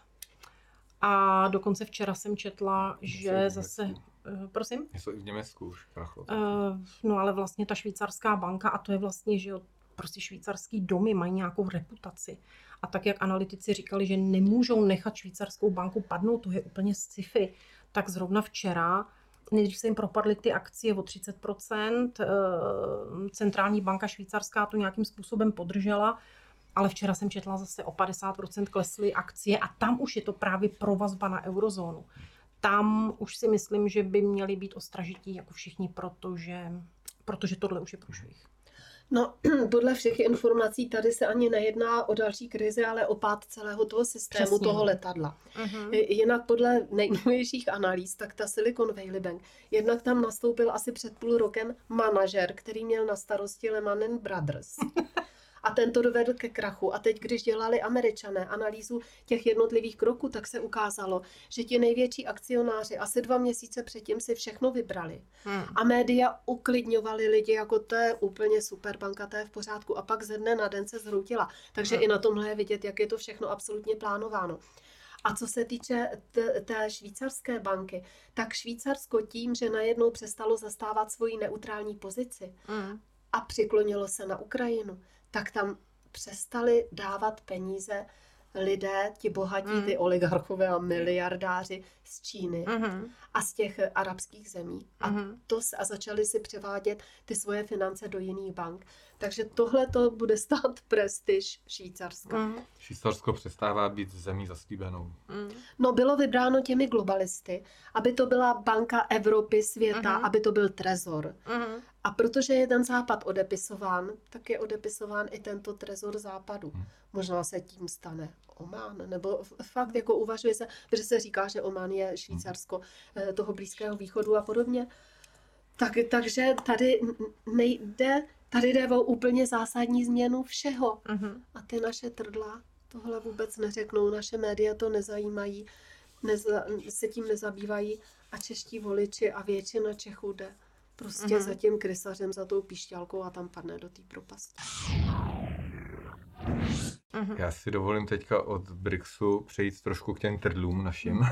A dokonce včera jsem četla, že zase... Prosím? Něco i v Německu už krachlo. No ale vlastně ta švýcarská banka, a to je vlastně, že prostě švýcarský domy mají nějakou reputaci. A tak, jak analytici říkali, že nemůžou nechat švýcarskou banku padnout, to je úplně sci-fi, tak zrovna včera, nejdřív se jim propadly ty akcie o 30%, centrální banka švýcarská to nějakým způsobem podržela, ale včera jsem četla zase o 50% klesly akcie a tam už je to právě provazba na eurozónu. Tam už si myslím, že by měli být ostražití jako všichni, protože tohle už je průšvih. No, podle všech informací tady se ani nejedná o další krizi, ale o pád celého toho systému, přesně, toho letadla. Jinak podle nejnovějších analýz, tak ta Silicon Valley Bank, jednak tam nastoupil asi před půl rokem manažer, který měl na starosti Lehman Brothers. A ten to dovedl ke krachu. A teď, když dělali Američané analýzu těch jednotlivých kroků, tak se ukázalo, že ti největší akcionáři asi 2 měsíce předtím si všechno vybrali. A média uklidňovali lidi, jako to je úplně super banka, to je v pořádku. A pak ze dne na den se zhroutila. Takže i na tomhle je vidět, jak je to všechno absolutně plánováno. A co se týče té švýcarské banky, tak Švýcarsko tím, že najednou přestalo zastávat svoji neutrální pozici a přiklonilo se na Ukrajinu, tak tam přestali dávat peníze lidé, ti bohatí, ty oligarchové a miliardáři z Číny a z těch arabských zemí. A začali si převádět ty svoje finance do jiných bank. Takže tohle to bude stát prestiž Švýcarska. Švýcarsko přestává být zemí zaslíbenou. No, bylo vybráno těmi globalisty, aby to byla banka Evropy, světa, aby to byl trezor. A protože je ten západ odepisován, tak je odepisován i tento trezor západu. Možná se tím stane Omán, nebo fakt jako uvažuje se, protože se říká, že Omán je Švýcarsko toho Blízkého východu a podobně. Takže tady jde o úplně zásadní změnu všeho. A ty naše trdla tohle vůbec neřeknou, naše média to nezajímají, se tím nezabývají a čeští voliči a většina Čechů jde prostě za tím krysařem, za tou píšťalkou a tam padne do té propasti. Já si dovolím teďka od BRICSu přejít trošku k těm trdlům našim.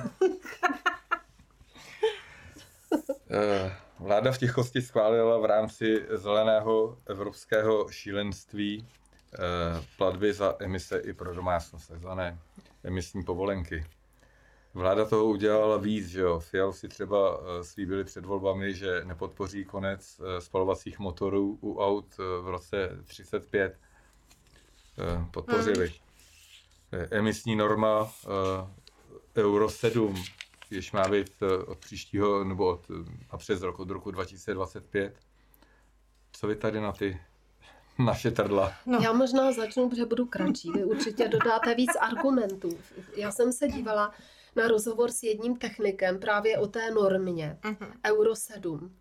Vláda v tichosti schválila v rámci zeleného evropského šílenství platby za emise i pro domácnost, takzvané emisní povolenky. Vláda toho udělala víc, že jo. Fialovci třeba slíbili před volbami, že nepodpoří konec spalovacích motorů u aut v roce 35. Podpořili. Emisní norma Euro 7, když má být od příštího, nebo přes rok, od roku 2025. Co vy tady na ty naše trdla? No. Já možná začnu, protože budu kratší. Vy určitě dodáte víc argumentů. Já jsem se dívala na rozhovor s jedním technikem právě o té normě Euro 7.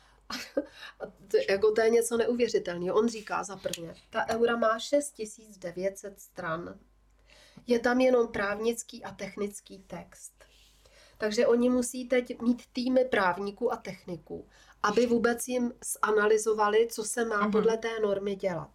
Jako to je něco neuvěřitelného. On říká za prvně, ta eura má 6900 stran. Je tam jenom právnický a technický text. Takže oni musí teď mít týmy právníků a techniků, aby vůbec jim zanalyzovali, co se má podle té normy dělat.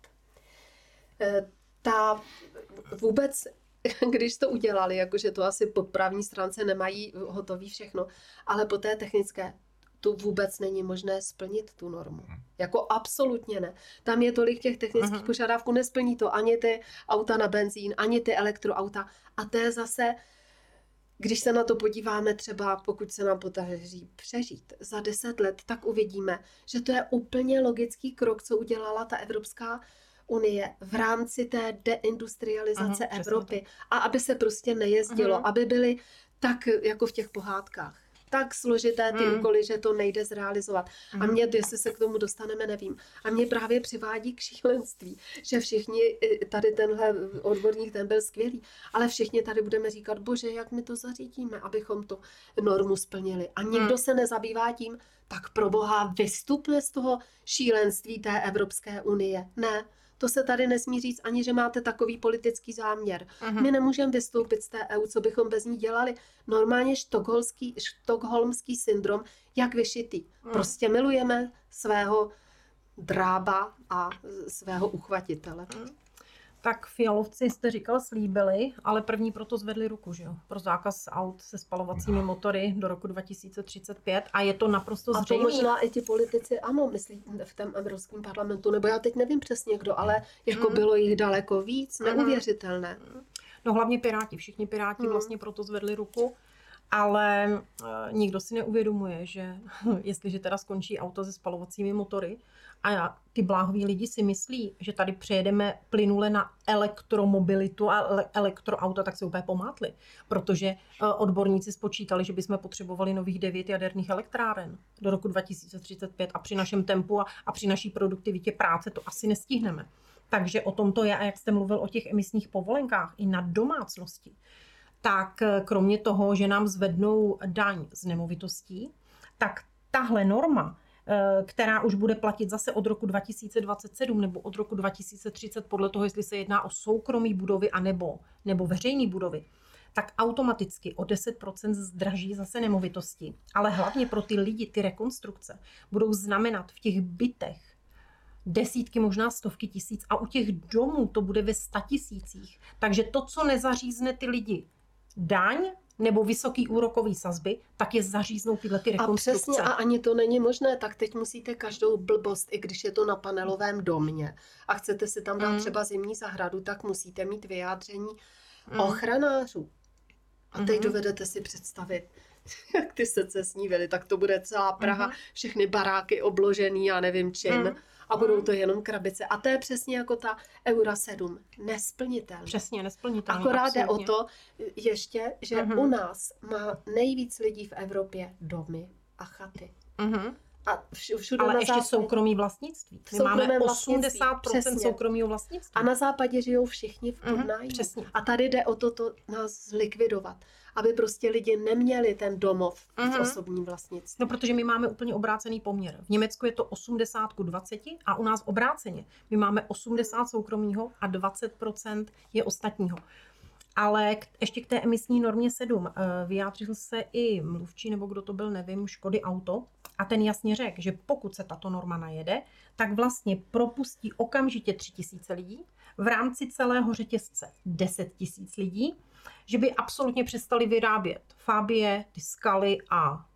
Vůbec, když to udělali, jakože to asi po právní stránce nemají hotový všechno, ale po té technické, tu vůbec není možné splnit tu normu. Jako absolutně ne. Tam je tolik těch technických požadavků, nesplní to ani ty auta na benzín, ani ty elektroauta. A to je zase, když se na to podíváme třeba, pokud se nám podaří přežít za 10 let, tak uvidíme, že to je úplně logický krok, co udělala ta Evropská unie v rámci té deindustrializace Evropy. A aby se prostě nejezdilo, aby byly tak jako v těch pohádkách. Tak složité ty úkoly, že to nejde zrealizovat. A mě, jestli se k tomu dostaneme, nevím. A mě právě přivádí k šílenství, že všichni, tady tenhle odborník, ten byl skvělý, ale všichni tady budeme říkat, bože, jak my to zařídíme, abychom tu normu splnili. A nikdo se nezabývá tím, tak pro boha vystupne z toho šílenství té Evropské unie. Ne. To se tady nesmí říct ani, že máte takový politický záměr. My nemůžeme vystoupit z té EU, co bychom bez ní dělali. Normálně štokholmský syndrom, jak vyšitý. Prostě milujeme svého drába a svého uchvatitele. Tak Fialovci, jste říkal, slíbili, ale první proto zvedli ruku, že jo? Pro zákaz aut se spalovacími motory do roku 2035 a je to naprosto zřejmé. A to možná i ti politici, ano, myslí v tom Evropském parlamentu, nebo já teď nevím přesně kdo, ale jako bylo jich daleko víc, neuvěřitelné. No hlavně Piráti, všichni Piráti vlastně proto zvedli ruku, ale nikdo si neuvědomuje, že jestliže teda skončí auta se spalovacími motory a ty bláhoví lidi si myslí, že tady přejedeme plynule na elektromobilitu a elektroauta, tak se úplně pomátli, protože odborníci spočítali, že bychom potřebovali nových 9 jaderných elektráren do roku 2035 a při našem tempu a při naší produktivitě práce to asi nestihneme. Takže o tom to je, a jak jste mluvil o těch emisních povolenkách i na domácnosti, tak kromě toho, že nám zvednou daň z nemovitostí, tak tahle norma, která už bude platit zase od roku 2027 nebo od roku 2030, podle toho, jestli se jedná o soukromé budovy nebo veřejné budovy, tak automaticky o 10% zdraží zase nemovitosti. Ale hlavně pro ty lidi, ty rekonstrukce budou znamenat v těch bytech desítky, možná stovky tisíc a u těch domů to bude ve 100 tisících. Takže to, co nezařízne ty lidi, daň nebo vysoký úrokový sazby, tak je zaříznou tyhle ty rekonstrukce. A přesně, a ani to není možné, tak teď musíte každou blbost, i když je to na panelovém domě a chcete si tam dát třeba zimní zahradu, tak musíte mít vyjádření ochranářů. A teď dovedete si představit, jak ty secesní, tak to bude celá Praha, všechny baráky obložený, já nevím čím, a budou to jenom krabice. A to je přesně jako ta Euro 7, nesplnitelné. Přesně, nesplnitelné. Akorát jde o to ještě, že u nás má nejvíc lidí v Evropě domy a chaty. A všude ale na ještě západě, soukromý vlastnictví. My máme 80% přesně. soukromého vlastnictví. A na západě žijou všichni v podnájmu. Přesně. A tady jde o to nás zlikvidovat, aby prostě lidi neměli ten domov v osobním vlastnictví. No, protože my máme úplně obrácený poměr. V Německu je to 80:20 a u nás obráceně. My máme 80 soukromého a 20% je ostatního. Ale ještě k té emisní normě 7 vyjádřil se i mluvčí, nebo kdo to byl, nevím, Škody Auto. A ten jasně řekl, že pokud se tato norma najede, tak vlastně propustí okamžitě 3000 lidí, v rámci celého řetězce 10 000 lidí, že by absolutně přestali vyrábět Fabie, ty Scaly a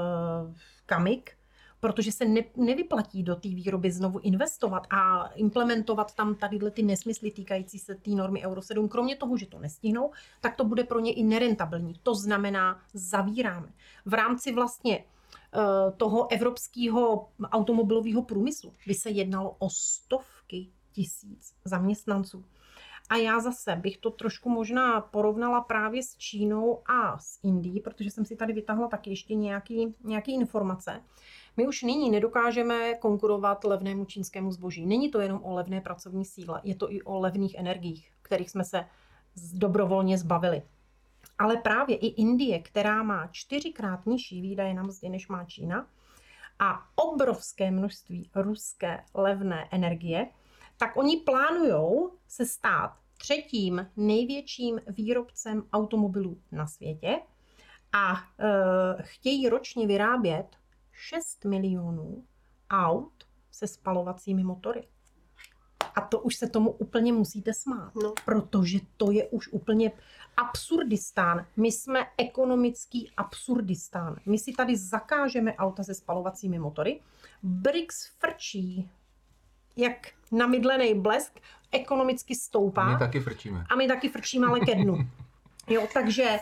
Kamik, protože se nevyplatí do té výroby znovu investovat a implementovat tam tadyhle ty nesmysly týkající se té normy Euro 7. Kromě toho, že to nestihnou, tak to bude pro ně i nerentabilní. To znamená, zavíráme. V rámci vlastně toho evropského automobilového průmyslu by se jednalo o stovky tisíc zaměstnanců. A já zase bych to trošku možná porovnala právě s Čínou a s Indií, protože jsem si tady vytáhla taky ještě nějaký informace. My už nyní nedokážeme konkurovat levnému čínskému zboží. Není to jenom o levné pracovní síle, je to i o levných energiích, kterých jsme se dobrovolně zbavili. Ale právě i Indie, která má 4krát nižší výdaje na mzdy, než má Čína, a obrovské množství ruské levné energie, tak oni plánujou se stát 3. největším výrobcem automobilů na světě a chtějí ročně vyrábět 6 milionů aut se spalovacími motory. A to už se tomu úplně musíte smát, protože to je už úplně absurdistán. My jsme ekonomický absurdistán. My si tady zakážeme auta se spalovacími motory. BRICS frčí jak namydlený blesk, ekonomicky stoupá. My taky frčíme. A my taky frčíme, ale ke dnu. Jo, takže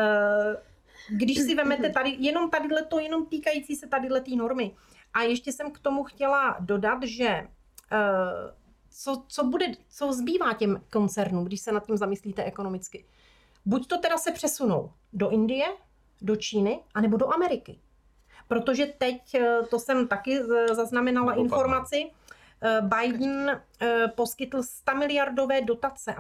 když si vemete tady, jenom týkající se tadyhletý normy. A ještě jsem k tomu chtěla dodat, že co zbývá těm koncernům, když se nad tím zamyslíte ekonomicky. Buď to teda se přesunou do Indie, do Číny, anebo do Ameriky. Protože teď, to jsem taky zaznamenala informaci, Biden poskytl 100 miliardové dotace a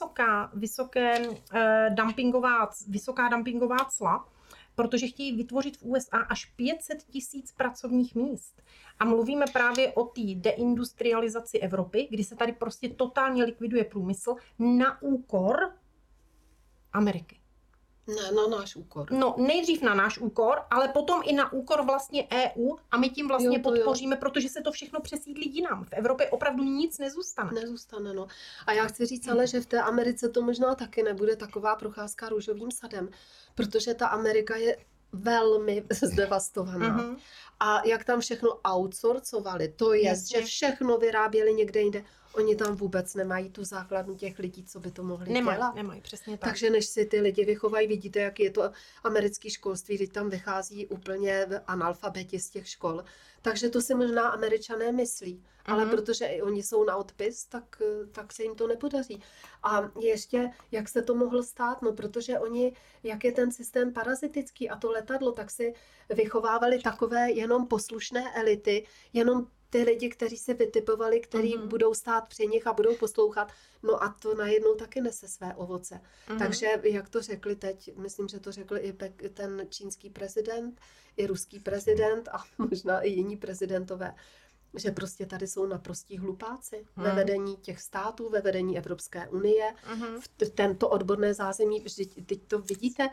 vysoká dumpingová cla, protože chtějí vytvořit v USA až 500 000 pracovních míst. A mluvíme právě o té deindustrializaci Evropy, kdy se tady prostě totálně likviduje průmysl na úkor Ameriky. Ne, na náš úkor. No, nejdřív na náš úkor, ale potom i na úkor vlastně EU a my tím vlastně podpoříme, protože se to všechno přesídlí jinam. V Evropě opravdu nic nezůstane. Nezůstane, no. A já chci říct ale, že v té Americe to možná taky nebude taková procházka růžovým sadem, protože ta Amerika je velmi zdevastovaná. A jak tam všechno outsourcovali, to je, že všechno vyráběli někde jinde. Oni tam vůbec nemají tu základnu těch lidí, co by to mohli dělat. Nemají, přesně tak. Takže než si ty lidi vychovají, vidíte, jak je to americké školství, teď tam vychází úplně analfabeti z těch škol. Takže to si možná Američané myslí. Ale protože i oni jsou na odpis, tak se jim to nepodaří. A ještě, jak se to mohlo stát? No, protože oni, jak je ten systém parazitický a to letadlo, tak si vychovávali takové jenom poslušné elity, jenom ty lidi, kteří se vytipovali, kteří budou stát při nich a budou poslouchat, no a to najednou taky nese své ovoce. Takže jak to řekli teď, myslím, že to řekl i ten čínský prezident, i ruský prezident a možná i jiní prezidentové, že prostě tady jsou naprostí hlupáci ve vedení těch států, ve vedení Evropské unie, v tento odborné zázemí, teď to vidíte,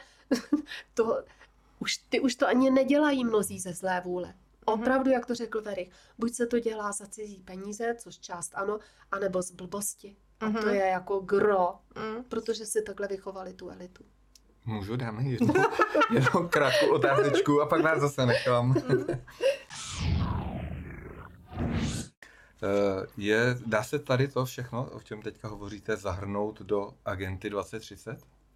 ty už to ani nedělají mnozí ze zlé vůle. Opravdu, jak to řekl Verich, buď se to dělá za cizí peníze, což část ano, anebo z blbosti. A to je jako gro, protože si takhle vychovali tu elitu. Můžu, dáme jednou krátkou otázečku a pak nás zase nechám. Dá se tady to všechno, o čem teďka hovoříte, zahrnout do Agendy 2030?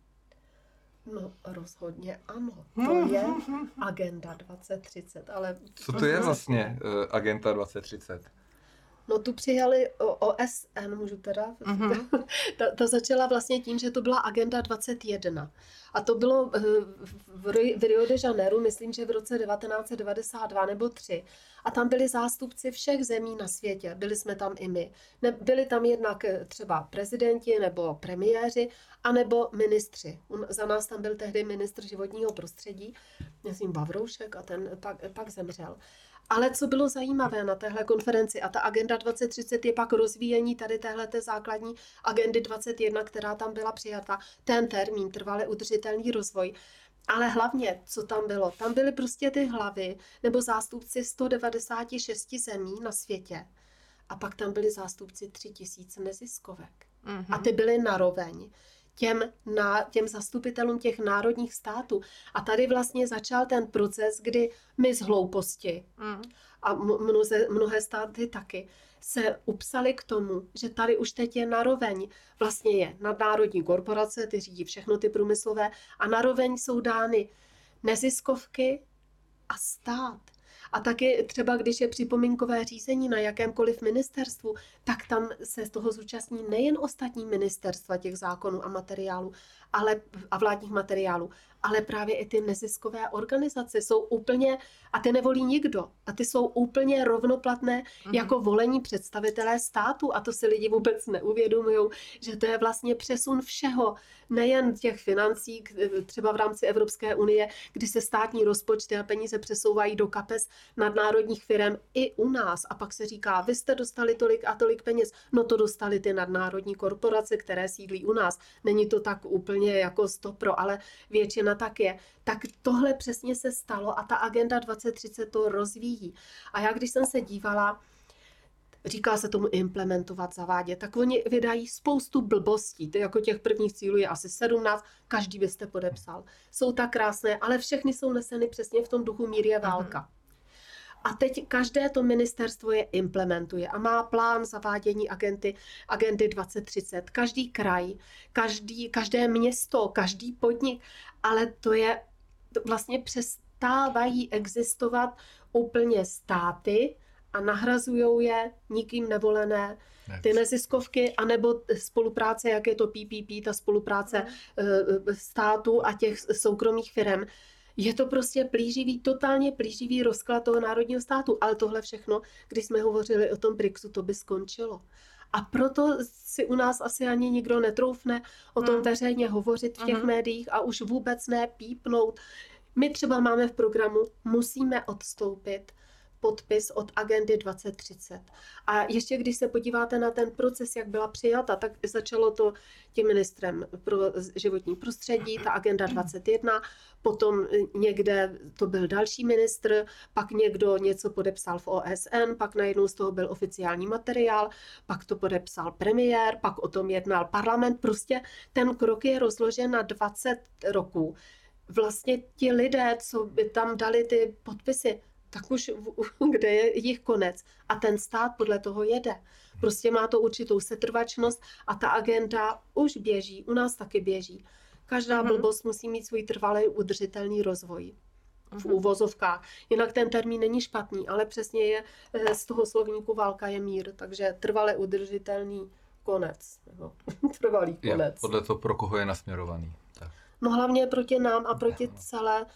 No, rozhodně ano. To je Agenda 2030, ale... Co to je vlastně Agenda 2030? No tu přijali OSN, můžu teda? Ta začala vlastně tím, že to byla Agenda 21. A to bylo v Rio de Janeiro, myslím, že v roce 1992 nebo 3. A tam byli zástupci všech zemí na světě. Byli jsme tam i my. Byli tam jednak třeba prezidenti nebo premiéři, anebo ministři. Za nás tam byl tehdy ministr životního prostředí, myslím Vavroušek, a ten pak zemřel. Ale co bylo zajímavé na téhle konferenci, a ta Agenda 2030 je pak rozvíjení tady téhleté základní Agendy 21, která tam byla přijata, ten termín trvale udržitelný rozvoj. Ale hlavně, co tam bylo? Tam byly prostě ty hlavy nebo zástupci 196 zemí na světě. A pak tam byli zástupci 3000 neziskovek. A ty byly naroveň těm zastupitelům těch národních států. A tady vlastně začal ten proces, kdy my z hlouposti a mnohé státy taky se upsali k tomu, že tady už teď je naroveň. Vlastně je nadnárodní korporace, ty řídí všechno ty průmyslové a naroveň jsou dány neziskovky a stát. A taky třeba, když je připomínkové řízení na jakémkoliv ministerstvu, tak tam se z toho zúčastní nejen ostatní ministerstva těch zákonů a materiálů, a vládních materiálů, ale právě i ty neziskové organizace jsou úplně, a ty nevolí nikdo, a ty jsou úplně rovnoplatné jako volení představitelé státu, a to si lidi vůbec neuvědomují, že to je vlastně přesun všeho, nejen těch financí, třeba v rámci Evropské unie, kdy se státní rozpočty a peníze přesouvají do kapes nadnárodních firem i u nás, a pak se říká, vy jste dostali tolik a tolik peněz, no to dostali ty nadnárodní korporace, které sídlí u nás. Není to tak úplně jako 100%, ale většina tak je. Tak tohle přesně se stalo a ta Agenda 2030 to rozvíjí. A já, když jsem se dívala, říká se tomu implementovat, zavádět, tak oni vydají spoustu blbostí. To jako těch prvních cílů je asi 17, každý byste podepsal. Jsou tak krásné, ale všechny jsou neseny přesně v tom duchu mír je válka. A teď každé to ministerstvo je implementuje a má plán zavádění agendy 2030. Každý kraj, každé město, každý podnik, ale to je vlastně přestávají existovat úplně státy a nahrazují je nikým nevolené ty neziskovky, anebo spolupráce, jak je to PPP, ta spolupráce státu a těch soukromých firem. Je to prostě totálně plíživý rozklad toho národního státu, ale tohle všechno, když jsme hovořili o tom BRICSu, to by skončilo. A proto si u nás asi ani nikdo netroufne o tom veřejně hovořit v těch médiích a už vůbec ne pípnout. My třeba máme v programu, musíme odstoupit podpis od agendy 2030. A ještě když se podíváte na ten proces, jak byla přijata, tak začalo to tím ministrem pro životní prostředí, ta agenda 21, potom někde to byl další ministr, pak někdo něco podepsal v OSN, pak najednou z toho byl oficiální materiál, pak to podepsal premiér, pak o tom jednal parlament. Prostě ten krok je rozložen na 20 roků. Vlastně ti lidé, co by tam dali ty podpisy, tak už kde je jich konec. A ten stát podle toho jede. Prostě má to určitou setrvačnost a ta agenda už běží, u nás taky běží. Každá blbost musí mít svůj trvalý udržitelný rozvoj. V úvozovkách. Jinak ten termín není špatný, ale přesně je z toho slovníku válka je mír, takže trvalé udržitelný konec. Nebo trvalý konec. Podle toho, pro koho je nasměrovaný. Tak. No hlavně proti nám a proti celé.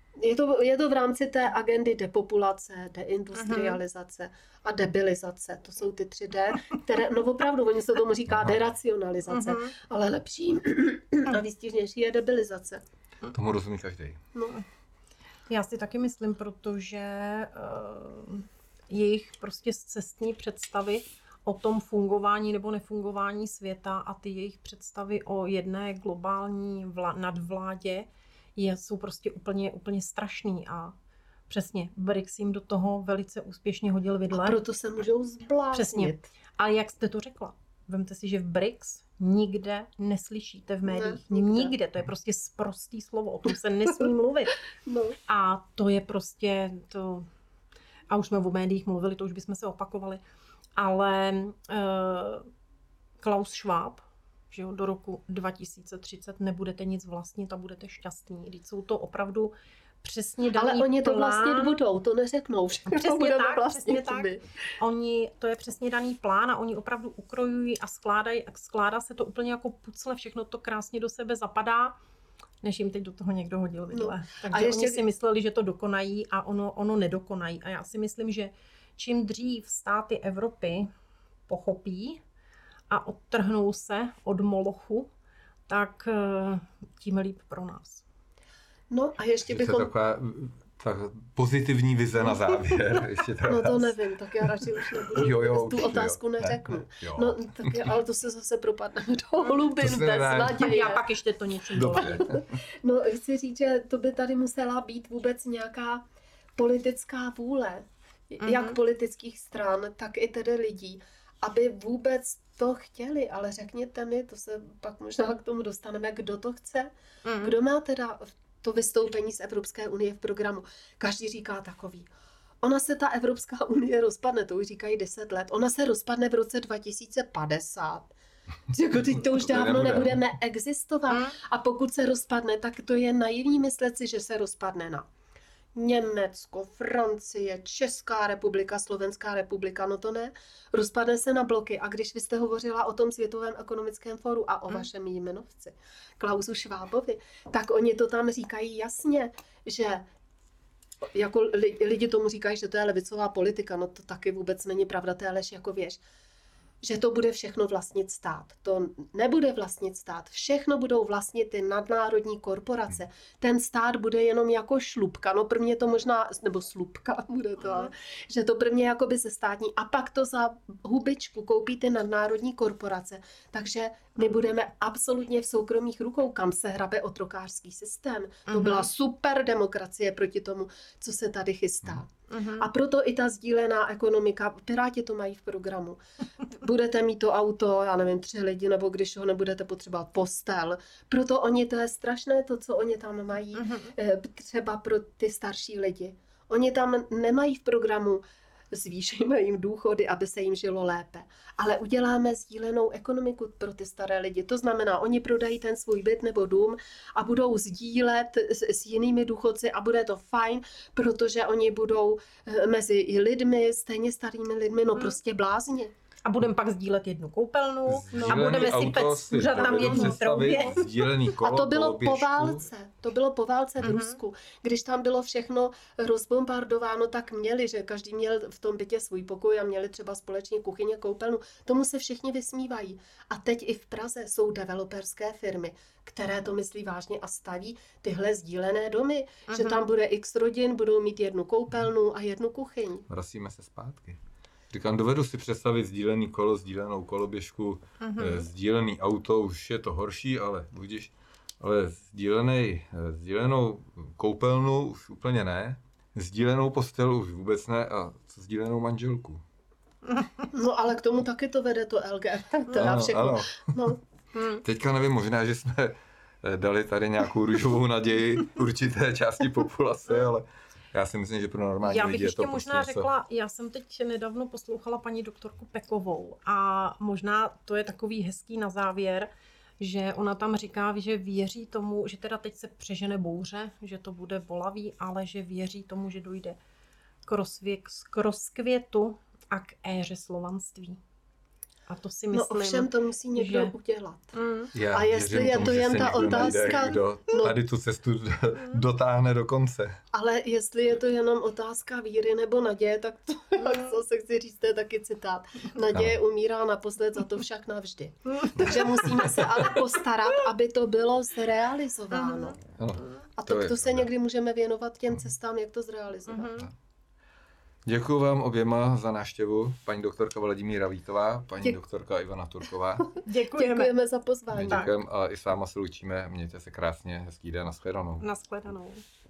Je to v rámci té agendy depopulace, deindustrializace a debilizace. To jsou ty 3D, které, no opravdu, oni se tomu říká deracionalizace, ale lepší a výstižnější je debilizace. Tomu rozumí každý. No. Já si taky myslím, protože jejich prostě cestní představy o tom fungování nebo nefungování světa a ty jejich představy o jedné globální nadvládě jsou prostě úplně strašný a přesně BRICS jim do toho velice úspěšně hodil vidle. A proto se můžou zbláznit. Přesně. Ale jak jste to řekla, vemte si, že v BRICS nikde neslyšíte v médiích. Nikde. To je prostě sprostý slovo, o tom se nesmí mluvit. No. A to je prostě to. A už jsme o médiích mluvili, to už bychom se opakovali. ale Klaus Schwab, že jo, do roku 2030 nebudete nic vlastnit a budete šťastní. Když jsou to opravdu přesně daný Ale oni to plán. vlastnit budou, to neřeknou. Všechno Přesně budeme tak, vlastnit přesně tak. my. To je přesně daný plán a oni opravdu ukrojují a skládá se to úplně jako pucle, všechno to krásně do sebe zapadá, než jim teď do toho někdo hodil vidle. Takže oni si mysleli, že to dokonají a ono nedokonají. A já si myslím, že čím dřív státy Evropy pochopí a odtrhnou se od molochu, tak tím líp pro nás. No a ještě bychom... Taková tak pozitivní vize na závěr. Ještě No to nevím, tak já radši už nebudu. Tu otázku neřeknu. Ne. No tak ale to se zase propadneme do hlubin bez naděje. Já pak ještě to něčím doladím. No chci říct, že to by tady musela být vůbec nějaká politická vůle, jak politických stran, tak i tedy lidí, aby vůbec to chtěli, ale řekněte mi, to se pak možná k tomu dostaneme, kdo to chce, kdo má teda to vystoupení z Evropské unie v programu. Každý říká takový. Ona se ta Evropská unie rozpadne, to už říkají 10 let, ona se rozpadne v roce 2050. Jako teď to už dávno nebudeme existovat. A pokud se rozpadne, tak to je naivní myslet si, že se rozpadne na Německo, Francie, Česká republika, Slovenská republika, no to ne. Rozpadne se na bloky. A když vy jste hovořila o tom Světovém ekonomickém fóru a o vašem jmenovci, Klausu Schwabovi, tak oni to tam říkají jasně, že jako lidi tomu říkají, že to je levicová politika, no to taky vůbec není pravda, to je lež jako věž. Že to bude všechno vlastnit stát. To nebude vlastnit stát. Všechno budou vlastnit ty nadnárodní korporace. Ten stát bude jenom jako šlupka. No prvně to možná, nebo slupka bude to, ale, že to prvně jako by se státní. A pak to za hubičku koupí ty nadnárodní korporace. Takže my budeme absolutně v soukromých rukou, kam se hrabe otrokářský systém. To byla super demokracie proti tomu, co se tady chystá. A proto i ta sdílená ekonomika, Piráti to mají v programu. Budete mít to auto, já nevím, 3 lidi, nebo když ho nebudete potřebovat, postel. Proto oni, to je strašné to, co oni tam mají, třeba pro ty starší lidi. Oni tam nemají v programu zvýšíme jim důchody, aby se jim žilo lépe. Ale uděláme sdílenou ekonomiku pro ty staré lidi. To znamená, oni prodají ten svůj byt nebo dům a budou sdílet s jinými důchodci a bude to fajn, protože oni budou mezi lidmi, stejně starými lidmi, no prostě blázni. A budeme pak sdílet jednu koupelnu a budeme si pec tam jednu troubě. A to bylo po válce. To bylo po válce v Rusku. Když tam bylo všechno rozbombardováno, tak měli, že každý měl v tom bytě svůj pokoj a měli třeba společně kuchyně, koupelnu. Tomu se všichni vysmívají. A teď i v Praze jsou developerské firmy, které to myslí vážně a staví tyhle sdílené domy, že tam bude x rodin, budou mít jednu koupelnu a jednu kuchyň. Vracíme se zpátky. Říkám, dovedu si představit sdílený kolo, sdílenou koloběžku, sdílený auto, už je to horší, ale budíš, ale sdílenou koupelnu už úplně ne, sdílenou postel už vůbec ne a sdílenou manželku. No ale k tomu taky to vede to LGBT a všechno. Ano. No. Teďka nevím, možná, že jsme dali tady nějakou růžovou naději určité části populace, ale já si myslím, že pro normální lidi je to ještě možná řekla, já jsem teď nedávno poslouchala paní doktorku Pekovou a možná to je takový hezký na závěr, že ona tam říká, že věří tomu, že teda teď se přežene bouře, že to bude bolavý, ale že věří tomu, že dojde k rozkvětu a k éře slovanství. A to si myslím, no ovšem to musí někdo udělat. Já a jestli je to jen ta otázka, kdo tady tu cestu dotáhne do konce. Ale jestli je to jenom otázka víry nebo naděje, tak to, co se chci říct, to je taky citát. Naděje umírá naposled, za to však navždy. Takže musíme se ale postarat, aby to bylo zrealizováno. A to se někdy můžeme věnovat těm cestám, jak to zrealizovat. Děkuji vám oběma za návštěvu, paní doktorka Vladimíra Vítová, paní doktorka Ivana Turková. Děkujeme za pozvání. Děkujeme a i s váma se loučíme. Mějte se krásně, hezký den, nashledanou. Nashledanou.